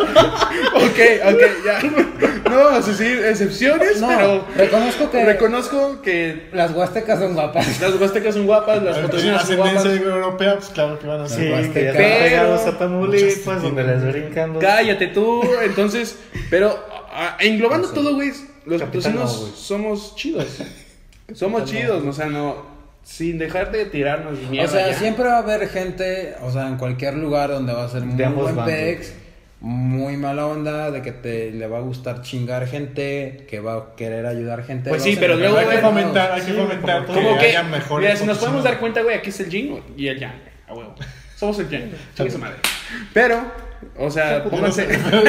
S1: Ok, ok, ya. No vamos a decir excepciones,
S3: No,
S1: pero
S3: reconozco que
S1: reconozco que
S3: las huastecas son guapas.
S1: las huastecas son guapas, las potosinas son
S2: Ascendencia
S1: guapas.
S2: europea, pues claro que van a
S4: Sí,
S2: ser.
S3: Huasteca.
S4: que ya
S1: Pero-
S4: están pegados a
S2: Muchas
S4: Tamaulipas, donde
S2: tienen.
S4: les brincan los...
S1: Cállate tú, entonces, pero a- englobando
S3: No sé.
S1: todo, güey, los
S4: Capital no,
S1: potosinos
S4: güey.
S1: somos chidos. Somos chidos, o sea, no sin dejar de tirarnos mierda.
S3: O sea,
S1: ya.
S3: siempre va a haber gente, o sea, en cualquier lugar donde va a ser muy
S4: De ambos
S3: buen
S4: bandos.
S3: pex, muy mala onda, de que te le va a gustar chingar gente, que va a querer ayudar gente.
S1: Pues
S3: va
S1: sí,
S3: a ser
S1: pero
S3: de
S1: luego,
S2: Hay que
S1: güey,
S2: fomentar, hay que
S4: Sí,
S2: fomentar
S4: como
S2: que
S1: Como que,
S2: haya mejores
S1: mira, si nos podemos
S2: potosinos.
S1: dar cuenta, güey, aquí es el yin y el yang, a huevo. Somos el yang, chingue su madre. Pero, o sea, pónganse,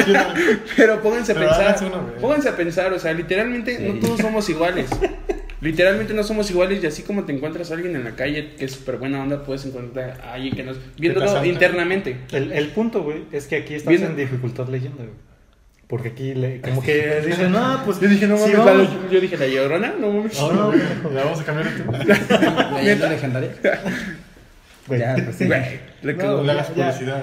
S1: pero pónganse a
S2: Pero
S1: pensar,
S2: háganse uno, güey.
S1: pónganse a pensar, o sea, literalmente no todos somos iguales. Literalmente no somos iguales y así como te encuentras a alguien en la calle que es súper buena onda, puedes encontrar a alguien que nos... Viéndolo
S2: asalta.
S1: internamente.
S4: El, el punto, güey, es que aquí estás
S1: Viendo-
S4: en dificultad leyenda, güey. Porque aquí le, como que dicen, no, pues...
S1: Yo dije, no
S4: si
S1: mames,
S4: vamos-
S1: la- yo dije, la llorona, no mames.
S4: No, no, pendejo.
S2: Ya vamos a cambiar de tema.
S3: leyenda legendaria.
S4: Güey.
S3: Ya, pues sí.
S1: Güey, le
S4: No,
S1: quedó-
S2: No le hagas
S4: Ya.
S2: publicidad.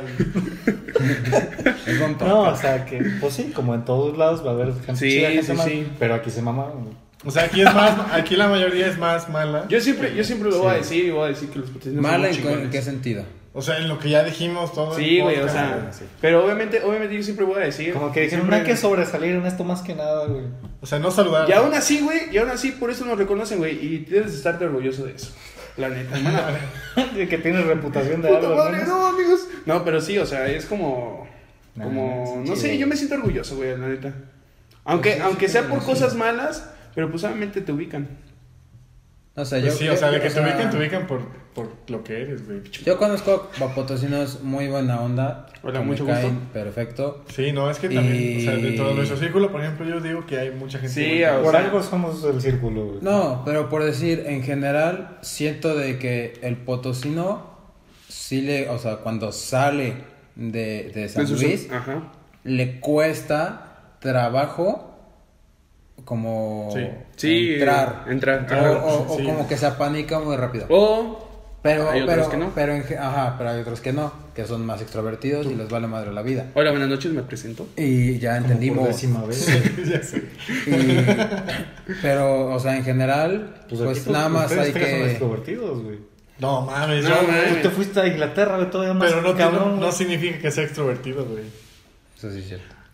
S3: Es buen
S4: No,
S3: podcast.
S4: o sea que, pues sí, como en todos lados va a haber gente
S1: Sí,
S4: chida, gente
S1: sí,
S4: mala,
S1: sí.
S4: pero aquí se mamaron, güey.
S2: O sea, aquí es más, aquí la mayoría es más mala.
S1: Yo siempre, yo siempre lo voy a decir y voy a decir que los potosinos
S3: ¿Mala
S1: son
S3: en,
S1: muy
S3: en qué
S1: chingones.
S3: sentido?
S2: O sea, en lo que ya dijimos todo. el
S1: Sí, güey, o
S2: podcast,
S1: sea,
S2: güey, sí.
S1: pero obviamente, obviamente yo siempre voy a decir.
S4: Como que dijeron, no
S1: siempre-
S4: hay que sobresalir en esto más que nada, güey.
S2: O sea, no saludar.
S1: Y aún así, güey, y aún así por eso nos reconocen, güey, y tienes que estarte orgulloso de eso. La neta, hermano.
S4: De que tienes reputación de
S1: Puta
S4: algo,
S1: madre,
S4: ¿no?
S1: no, amigos. No, pero sí, o sea, es como.
S4: Nah,
S1: Como.
S4: sí,
S1: No sé,
S4: güey.
S1: yo me siento orgulloso, güey, la neta. Aunque,
S3: Pues sí,
S1: aunque
S3: sí,
S1: sea
S3: sí,
S1: por
S3: sí.
S1: cosas malas, pero pues obviamente te ubican.
S3: No sé,
S2: Pues
S3: yo.
S2: sí, o sea, de
S3: yo-
S2: que
S3: o
S2: te
S3: sea,
S2: ubican, te ubican por, por lo que eres, güey.
S3: Yo conozco a potosinos muy buena onda.
S1: Hola,
S3: que
S1: mucho
S3: me
S1: gusto.
S3: caen perfecto.
S2: Sí, no, es que también, o sea,
S3: Y-
S2: dentro de nuestro círculo, por ejemplo, yo digo que hay mucha gente.
S1: Sí,
S2: buena.
S1: o
S4: Por
S1: sea-
S4: algo somos el círculo, güey.
S3: No, pero por decir, en general, siento de que el potosino, sí le, o sea, cuando sale de, de San
S1: De sus-
S3: Luis,
S1: Ajá.
S3: le cuesta trabajo como
S2: Sí.
S1: Sí,
S3: entrar.
S1: eh, entrar,
S3: O,
S1: ajá.
S3: o- o
S2: Sí.
S3: como que se apanica muy rápido.
S1: O.
S3: Pero,
S1: hay otros
S3: pero,
S1: que no.
S3: pero, en ge- ajá, pero hay otros que no, que son más extrovertidos y les vale madre la vida.
S1: Hola, buenas noches, me presento.
S3: Y ya
S4: Como
S3: entendimos.
S4: por décima vez.
S2: Ya sé.
S3: Y- pero, o sea, en general, pues,
S4: aquí tú-
S3: nada más
S4: ustedes
S3: hay
S4: tres son
S3: que...
S4: extrovertidos, güey.
S2: No mames,
S1: No,
S2: yo.
S1: mames.
S4: Tú te fuiste a Inglaterra, güey, todavía más
S2: Pero no,
S4: cabrón,
S2: no, no
S4: güey.
S2: significa que sea extrovertido, güey.
S3: Eso sí es cierto.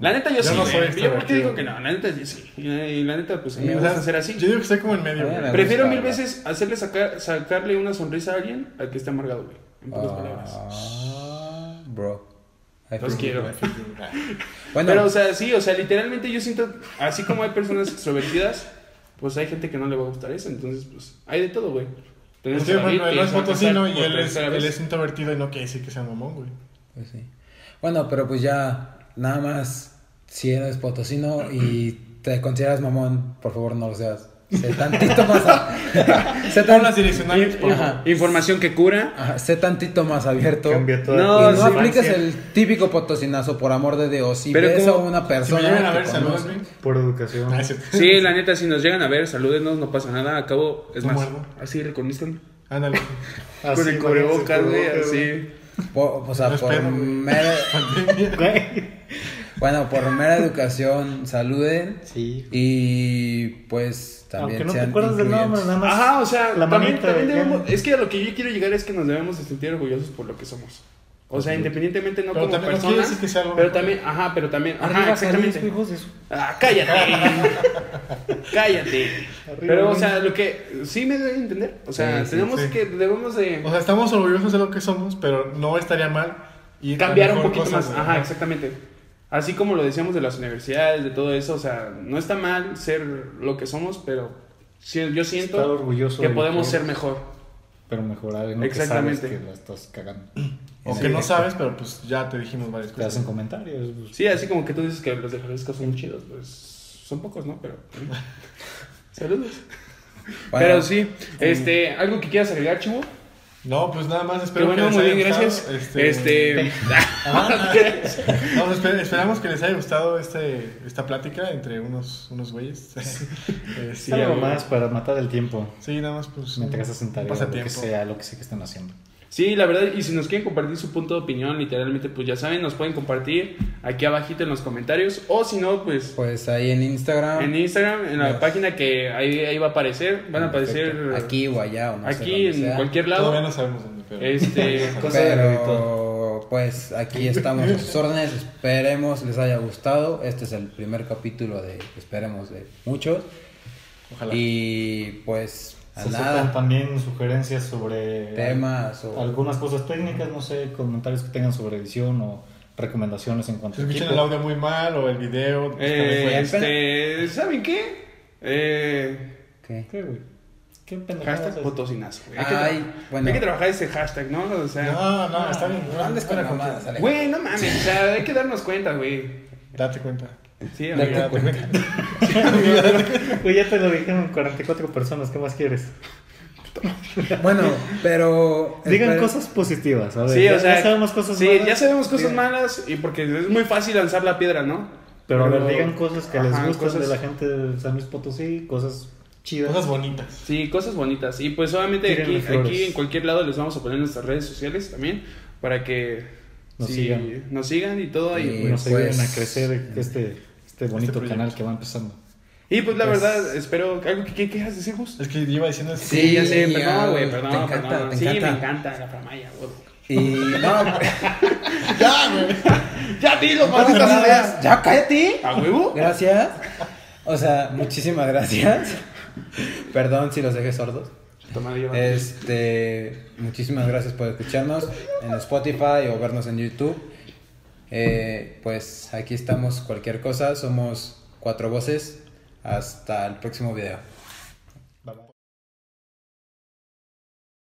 S1: La neta yo,
S2: Yo
S1: sí,
S2: no
S1: güey.
S2: soy
S1: Yo porque
S2: extrovertido.
S1: digo que no, la neta yo sí. Y, y la neta pues a mí me
S2: O
S1: gusta
S2: sea,
S1: ser así.
S2: Yo digo que estoy como en medio,
S3: A ver,
S2: güey.
S3: a ver.
S1: Prefiero
S3: gusta,
S1: mil
S3: ¿verdad?
S1: veces hacerle sacar, sacarle una sonrisa a alguien al que esté amargado, güey. En pocas palabras.
S3: Ah, bro. I
S1: Los
S3: feel
S1: quiero.
S3: you. Bueno,
S1: Pero, o sea, sí, o sea, literalmente yo siento, así como hay personas extrovertidas, pues hay gente que no le va a gustar eso. Entonces, pues, hay de todo, güey. Tenemos
S2: Sí,
S1: a David,
S2: bueno, él
S1: que
S2: es
S1: se va a casar
S2: potosino y
S1: por
S2: él es,
S1: tercera
S2: él
S1: vez.
S2: es introvertido y no quiere decir que sea mamón, güey.
S3: pues sí. Bueno, pero pues ya, nada más, si eres potosino y te consideras mamón, por favor no lo seas. Sé tantito más. A... sé, tan...
S2: Pon las direccionales, por favor.
S3: Ajá.
S1: Información que cura.
S3: Ajá, sé tantito más abierto.
S4: Cambia toda
S1: No,
S3: y
S4: tu
S3: no
S1: sí,
S3: apliques
S4: infancia
S3: el típico potosinazo, por amor de Dios. Si
S1: Pero
S3: ves
S1: como-
S3: a una
S2: Si me
S3: persona.
S2: llegan a
S3: que
S2: ver, saludos,
S3: conoces-
S2: güey.
S4: por educación.
S2: Ah, es cierto.
S1: Sí, la neta, si nos llegan a ver, salúdenos, no pasa nada. Acabo, es
S2: No
S1: más,
S2: muerdo.
S1: así reconozcan.
S2: Ándale.
S4: Así,
S1: Con el cubrebocas, güey,
S4: cubrebocas,
S1: así.
S3: Por- o sea,
S2: No es
S3: por
S2: pedo, güey.
S3: mera.
S4: güey.
S3: Bueno, por mera educación, saluden.
S4: Sí.
S3: Y pues también
S4: Aunque no te
S3: sean
S4: acuerdas del nombre,
S3: incluyentes.
S4: nada más.
S1: Ajá, o sea,
S4: la
S1: también,
S4: manita,
S1: también
S4: ya.
S1: debemos, es que a lo que yo quiero llegar es que nos debemos de sentir orgullosos por lo que somos. O sea, independientemente no
S2: Pero
S1: como
S2: también no quiere
S1: personas,
S2: decir que sea algo
S1: pero
S2: mejor.
S1: también, ajá, pero también, ajá,
S4: Arriba,
S1: exactamente.
S4: Jalisco, hijos de su-
S1: Ah, cállate. Cállate.
S4: Arriba,
S1: Pero, o
S4: güey.
S1: sea, lo que sí me debe entender. O sea,
S3: Sí, sí,
S1: tenemos
S2: sí.
S1: que, debemos de
S2: O sea, estamos orgullosos de lo que somos, pero no estaría mal ir a
S1: cambiar un
S2: mejor
S1: poquito
S2: cosas,
S1: más.
S2: güey.
S1: Ajá, exactamente. Así como lo decíamos de las universidades, de todo eso, o sea, no está mal ser lo que somos, pero sí, yo
S4: Estar
S1: siento
S4: orgulloso
S1: que
S4: de lo
S1: podemos
S4: que
S1: ser
S4: eres,
S1: mejor.
S4: pero mejorar en lo
S1: Exactamente.
S4: que sabes que la estás cagando.
S2: O
S3: Sí,
S2: que no
S3: directo.
S2: sabes, pero pues ya te dijimos varias
S4: Te hacen
S2: cosas.
S4: comentarios. pues.
S1: Sí, así como que tú dices que los de Jalisco son chidos, pues son pocos, ¿no? Pero saludos.
S3: Bueno,
S1: Pero sí, este, algo que quieras agregar, Chivo.
S2: No, pues nada más
S1: Que
S2: espero
S1: bueno,
S2: que les
S1: muy
S2: haya
S1: bien,
S2: gustado.
S1: gracias. Este,
S2: No, pues, esper- esperamos que les haya gustado este, esta plática entre unos, unos güeyes. Eh, sí,
S4: Algo
S2: algo-
S4: más para matar el tiempo.
S2: Sí, nada más pues
S4: Mientras
S2: un-
S4: hacen
S2: un
S4: tarea, lo que
S2: pasatiempo.
S4: sea, lo que sea que estén haciendo.
S1: sí, la verdad, y si nos quieren compartir su punto de opinión, literalmente, pues ya saben, nos pueden compartir aquí abajito en los comentarios, o si no, pues
S3: pues ahí en Instagram.
S1: en Instagram, en la
S3: Yes.
S1: página que ahí, ahí va a aparecer, van a aparecer
S3: Perfecto. Aquí o allá o no sé
S1: aquí
S3: dónde
S1: en
S3: sea.
S1: cualquier lado.
S2: Todavía no sabemos dónde, pero...
S1: Este,
S4: Cosa de
S3: Pero pues aquí estamos a sus órdenes. Esperemos les haya gustado. Este es el primer capítulo de, esperemos, de muchos.
S2: Ojalá.
S3: Y pues a
S4: Se aceptan
S3: nada,
S4: también sugerencias sobre
S3: temas o
S4: algunas cosas técnicas, no sé, comentarios que tengan sobre edición o recomendaciones en cuanto
S2: Si
S4: a
S2: escuchan
S4: equipo.
S2: el audio muy mal o el video, pues, también
S1: eh,
S2: pueden-
S1: este, ¿saben qué? Eh,
S3: ¿qué?
S4: ¿Qué, güey? ¿Qué pendejadas
S1: hashtag
S4: es?
S1: potosinazo, güey. Hay, que
S3: Ay,
S1: tra-
S3: bueno.
S1: hay que trabajar ese hashtag, ¿no? O sea,
S2: No, no, está bien.
S3: No andes con
S2: Buena
S3: mamadas,
S2: confianza.
S3: Alex.
S1: güey, no mames, o sea, hay que darnos cuenta, güey.
S2: Date cuenta.
S1: Sí,
S3: Date
S1: amiga.
S3: cuenta.
S4: Güey, ya te lo dijeron cuarenta y cuatro personas, ¿qué más quieres?
S3: Bueno, pero
S4: Digan
S3: espero-
S4: cosas positivas, a ver.
S1: Sí,
S4: ya,
S1: o sea,
S4: ya sabemos cosas
S1: sí,
S4: malas.
S1: ya sabemos cosas
S4: Digan-
S1: malas y porque es muy fácil lanzar la piedra, ¿no?
S4: Pero a ver, digan cosas que les
S1: Ajá,
S4: gustan
S1: cosas-
S4: de la gente de San Luis Potosí, cosas chidas.
S2: Cosas bonitas.
S1: Sí, cosas bonitas. Y pues obviamente
S4: Tírenle
S1: aquí,
S4: flores.
S1: aquí en cualquier lado les vamos a poner nuestras redes sociales también para que
S4: Nos
S1: sí,
S4: sigan.
S1: nos sigan y todo.
S3: Y-
S1: Y,
S4: Y
S1: pues,
S4: nos
S3: pues,
S4: ayuden a crecer este, este bonito
S2: proyecto.
S4: canal que va empezando.
S1: y pues la
S3: pues-
S1: verdad, espero. ¿Algo que, que quieras decir, Gus?
S2: Es que iba diciendo...
S3: Sí,
S1: Sí, ya sé,
S3: ya,
S1: perdón, güey,
S3: te
S1: perdón,
S3: encanta,
S1: perdón.
S3: te
S1: Sí,
S3: encanta.
S1: me encanta la framaya, güey.
S3: Y no,
S2: ¡Ya, güey!
S1: ¡Ya dilo,
S3: no,
S1: malditas
S3: gracias.
S1: ideas!
S3: Ya cállate.
S1: ¿A huevo?
S3: Gracias. O sea, muchísimas gracias. Perdón si los dejé sordos.
S1: Toma, llévate.
S3: Este, muchísimas gracias por escucharnos en Spotify o vernos en YouTube. Eh, pues aquí estamos, cualquier cosa, somos cuatro voces. Hasta el próximo video.